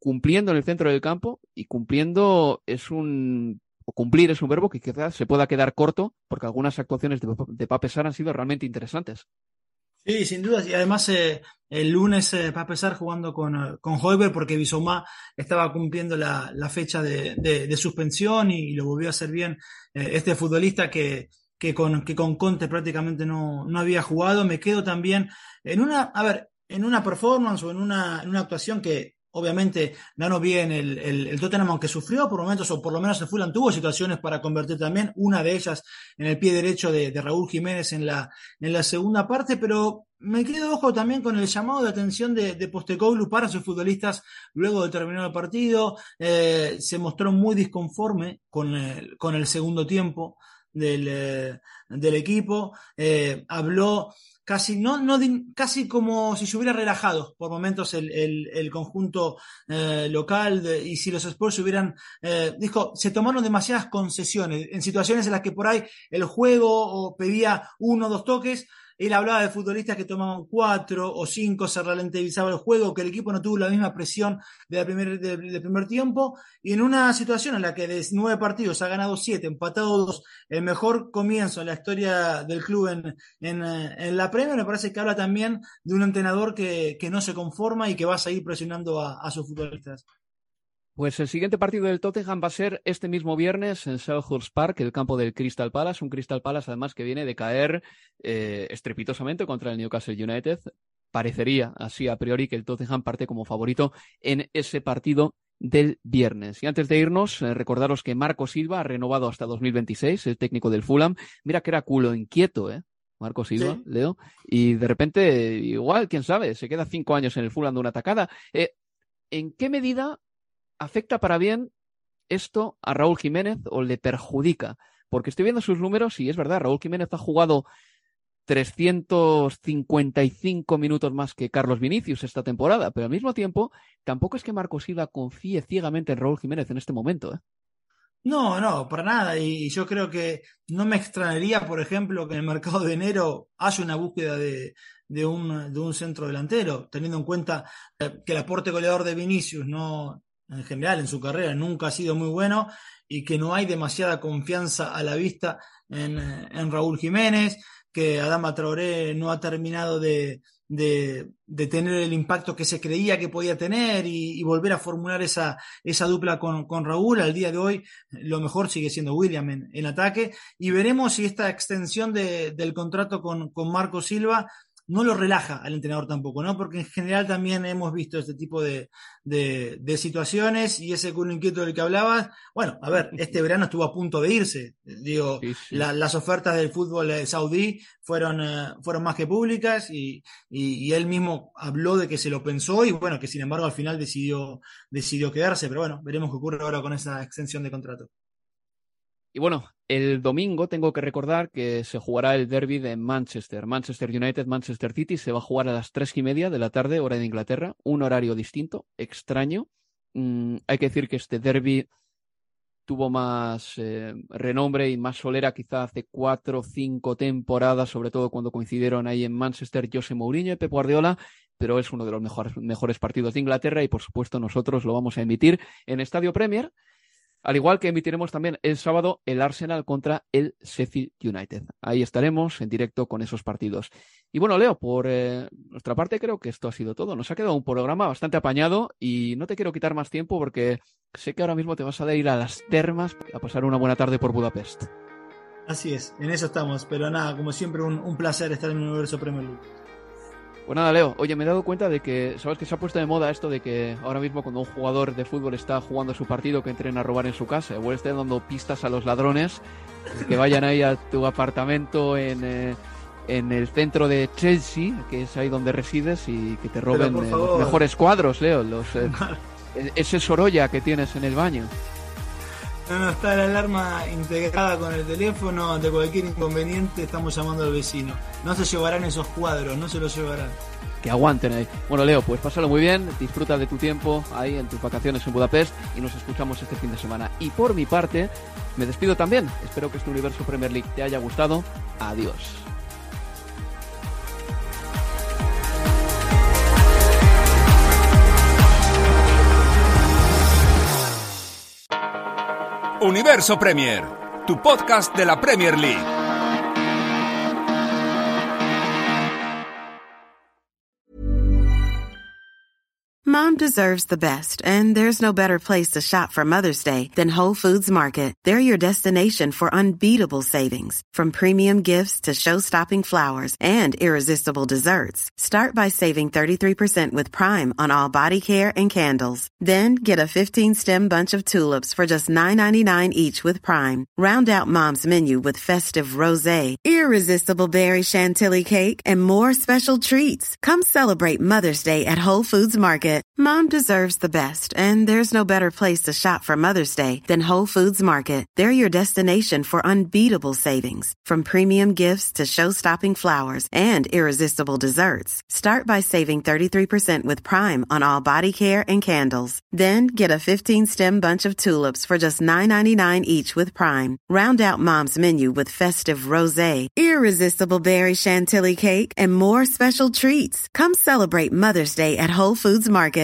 Speaker 3: cumpliendo en el centro del campo, y cumpliendo es un... o cumplir es un verbo que quizás se pueda quedar corto, porque algunas actuaciones de, de Pape Sarr han sido realmente interesantes.
Speaker 5: Sí, sin duda, y además eh, el lunes eh, Pape Sarr jugando con, con Højbjerg, porque Bissouma estaba cumpliendo la, la fecha de, de, de suspensión y, y lo volvió a hacer bien eh, este futbolista que, que, con, que con Conte prácticamente no, no había jugado. Me quedo también en una, a ver, en una performance o en una, en una actuación que obviamente ganó bien el, el, el Tottenham, aunque sufrió por momentos, o por lo menos el Fulham tuvo situaciones para convertir también, una de ellas en el pie derecho de, de Raúl Jiménez en la, en la segunda parte, pero me quedo ojo también con el llamado de atención de, de Postecoglou para sus futbolistas luego de terminar el partido. Eh, se mostró muy disconforme con el, con el segundo tiempo del, eh, del equipo, eh, habló casi no, no casi como si se hubiera relajado por momentos el, el, el conjunto eh, local de, y si los Spurs hubieran eh, dijo, se tomaron demasiadas concesiones en situaciones en las que por ahí el juego o pedía uno o dos toques. Él hablaba de futbolistas que tomaban cuatro o cinco, se ralentizaba el juego, que el equipo no tuvo la misma presión del primer, de, de primer tiempo, y en una situación en la que de nueve partidos ha ganado siete, empatado dos, el mejor comienzo en la historia del club en, en, en la Premier, me parece que habla también de un entrenador que, que no se conforma y que va a seguir presionando a, a sus futbolistas.
Speaker 3: Pues el siguiente partido del Tottenham va a ser este mismo viernes en Selhurst Park, el campo del Crystal Palace. Un Crystal Palace además que viene de caer eh, estrepitosamente contra el Newcastle United. Parecería así a priori que el Tottenham parte como favorito en ese partido del viernes. Y antes de irnos, eh, recordaros que Marco Silva ha renovado hasta dos mil veintiséis, el técnico del Fulham. Mira que era culo inquieto, ¿eh? Marco Silva, sí. Leo. Y de repente, igual, quién sabe, se queda cinco años en el Fulham de una tacada. Eh, ¿En qué medida afecta para bien esto a Raúl Jiménez o le perjudica? Porque estoy viendo sus números y es verdad, Raúl Jiménez ha jugado trescientos cincuenta y cinco minutos más que Carlos Vinicius esta temporada, pero al mismo tiempo tampoco es que Marco Silva confíe ciegamente en Raúl Jiménez en este momento, ¿eh?
Speaker 5: No, no, para nada. Y yo creo que no me extrañaría, por ejemplo, que en el mercado de enero haya una búsqueda de, de, un, de un centro delantero, teniendo en cuenta que el aporte goleador de Vinicius no, en general en su carrera nunca ha sido muy bueno y que no hay demasiada confianza a la vista en, en Raúl Jiménez, que Adama Traoré no ha terminado de, de, de tener el impacto que se creía que podía tener y, y volver a formular esa, esa dupla con, con Raúl. Al día de hoy lo mejor sigue siendo William en, en ataque, y veremos si esta extensión de, del contrato con, con Marco Silva no lo relaja al entrenador tampoco, ¿no? Porque en general también hemos visto este tipo de, de, de situaciones, y ese culo inquieto del que hablabas, bueno, a ver, este verano estuvo a punto de irse, digo, sí, sí. La, las ofertas del fútbol saudí fueron, uh, fueron más que públicas, y, y, y él mismo habló de que se lo pensó, y bueno, que sin embargo al final decidió, decidió quedarse, pero bueno, veremos qué ocurre ahora con esa extensión de contrato.
Speaker 3: Y bueno, el domingo tengo que recordar que se jugará el derbi de Manchester. Manchester United, Manchester City, se va a jugar a las tres y media de la tarde, hora de Inglaterra. Un horario distinto, extraño. Mm, hay que decir que este derbi tuvo más eh, renombre y más solera quizá hace cuatro o cinco temporadas, sobre todo cuando coincidieron ahí en Manchester José Mourinho y Pep Guardiola, pero es uno de los mejores, mejores partidos de Inglaterra y por supuesto nosotros lo vamos a emitir en Estadio Premier. Al igual que emitiremos también el sábado el Arsenal contra el Sheffield United. Ahí estaremos en directo con esos partidos. Y bueno, Leo, por eh, nuestra parte creo que esto ha sido todo. Nos ha quedado un programa bastante apañado y no te quiero quitar más tiempo porque sé que ahora mismo te vas a ir a las termas a pasar una buena tarde por Budapest.
Speaker 5: Así es, en eso estamos. Pero nada, como siempre, un, un placer estar en el universo Premier League.
Speaker 3: Pues nada, Leo, oye, me he dado cuenta de que, ¿sabes que se ha puesto de moda esto de que ahora mismo cuando un jugador de fútbol está jugando su partido que entren a robar en su casa o esté dando pistas a los ladrones que vayan ahí a tu apartamento en, eh, en el centro de Chelsea, que es ahí donde resides, y que te roben eh, los mejores cuadros, Leo, los eh, ese Sorolla que tienes en el baño?
Speaker 5: No, no, está la alarma integrada con el teléfono. De cualquier inconveniente estamos llamando al vecino. No se llevarán esos cuadros, no se los llevarán.
Speaker 3: Que aguanten ahí. Bueno, Leo, pues pásalo muy bien, disfruta de tu tiempo ahí en tus vacaciones en Budapest y nos escuchamos este fin de semana. Y por mi parte, me despido también. Espero que este universo Premier League te haya gustado. Adiós.
Speaker 4: Universo Premier, tu podcast de la Premier League.
Speaker 1: Mom deserves the best, and there's no better place to shop for Mother's Day than Whole Foods Market. They're your destination for unbeatable savings, from premium gifts to show-stopping flowers and irresistible desserts. Start by saving thirty-three percent with Prime on all body care and candles. Then get a fifteen-stem bunch of tulips for just nine ninety-nine each with Prime. Round out Mom's menu with festive rosé, irresistible berry chantilly cake, and more special treats. Come celebrate Mother's Day at Whole Foods Market. Mom deserves the best, and there's no better place to shop for Mother's Day than Whole Foods Market. They're your destination for unbeatable savings, from premium gifts to show-stopping flowers and irresistible desserts. Start by saving thirty-three percent with Prime on all body care and candles. Then get a fifteen-stem bunch of tulips for just nine ninety-nine each with Prime. Round out Mom's menu with festive rosé, irresistible berry chantilly cake, and more special treats. Come celebrate Mother's Day at Whole Foods Market.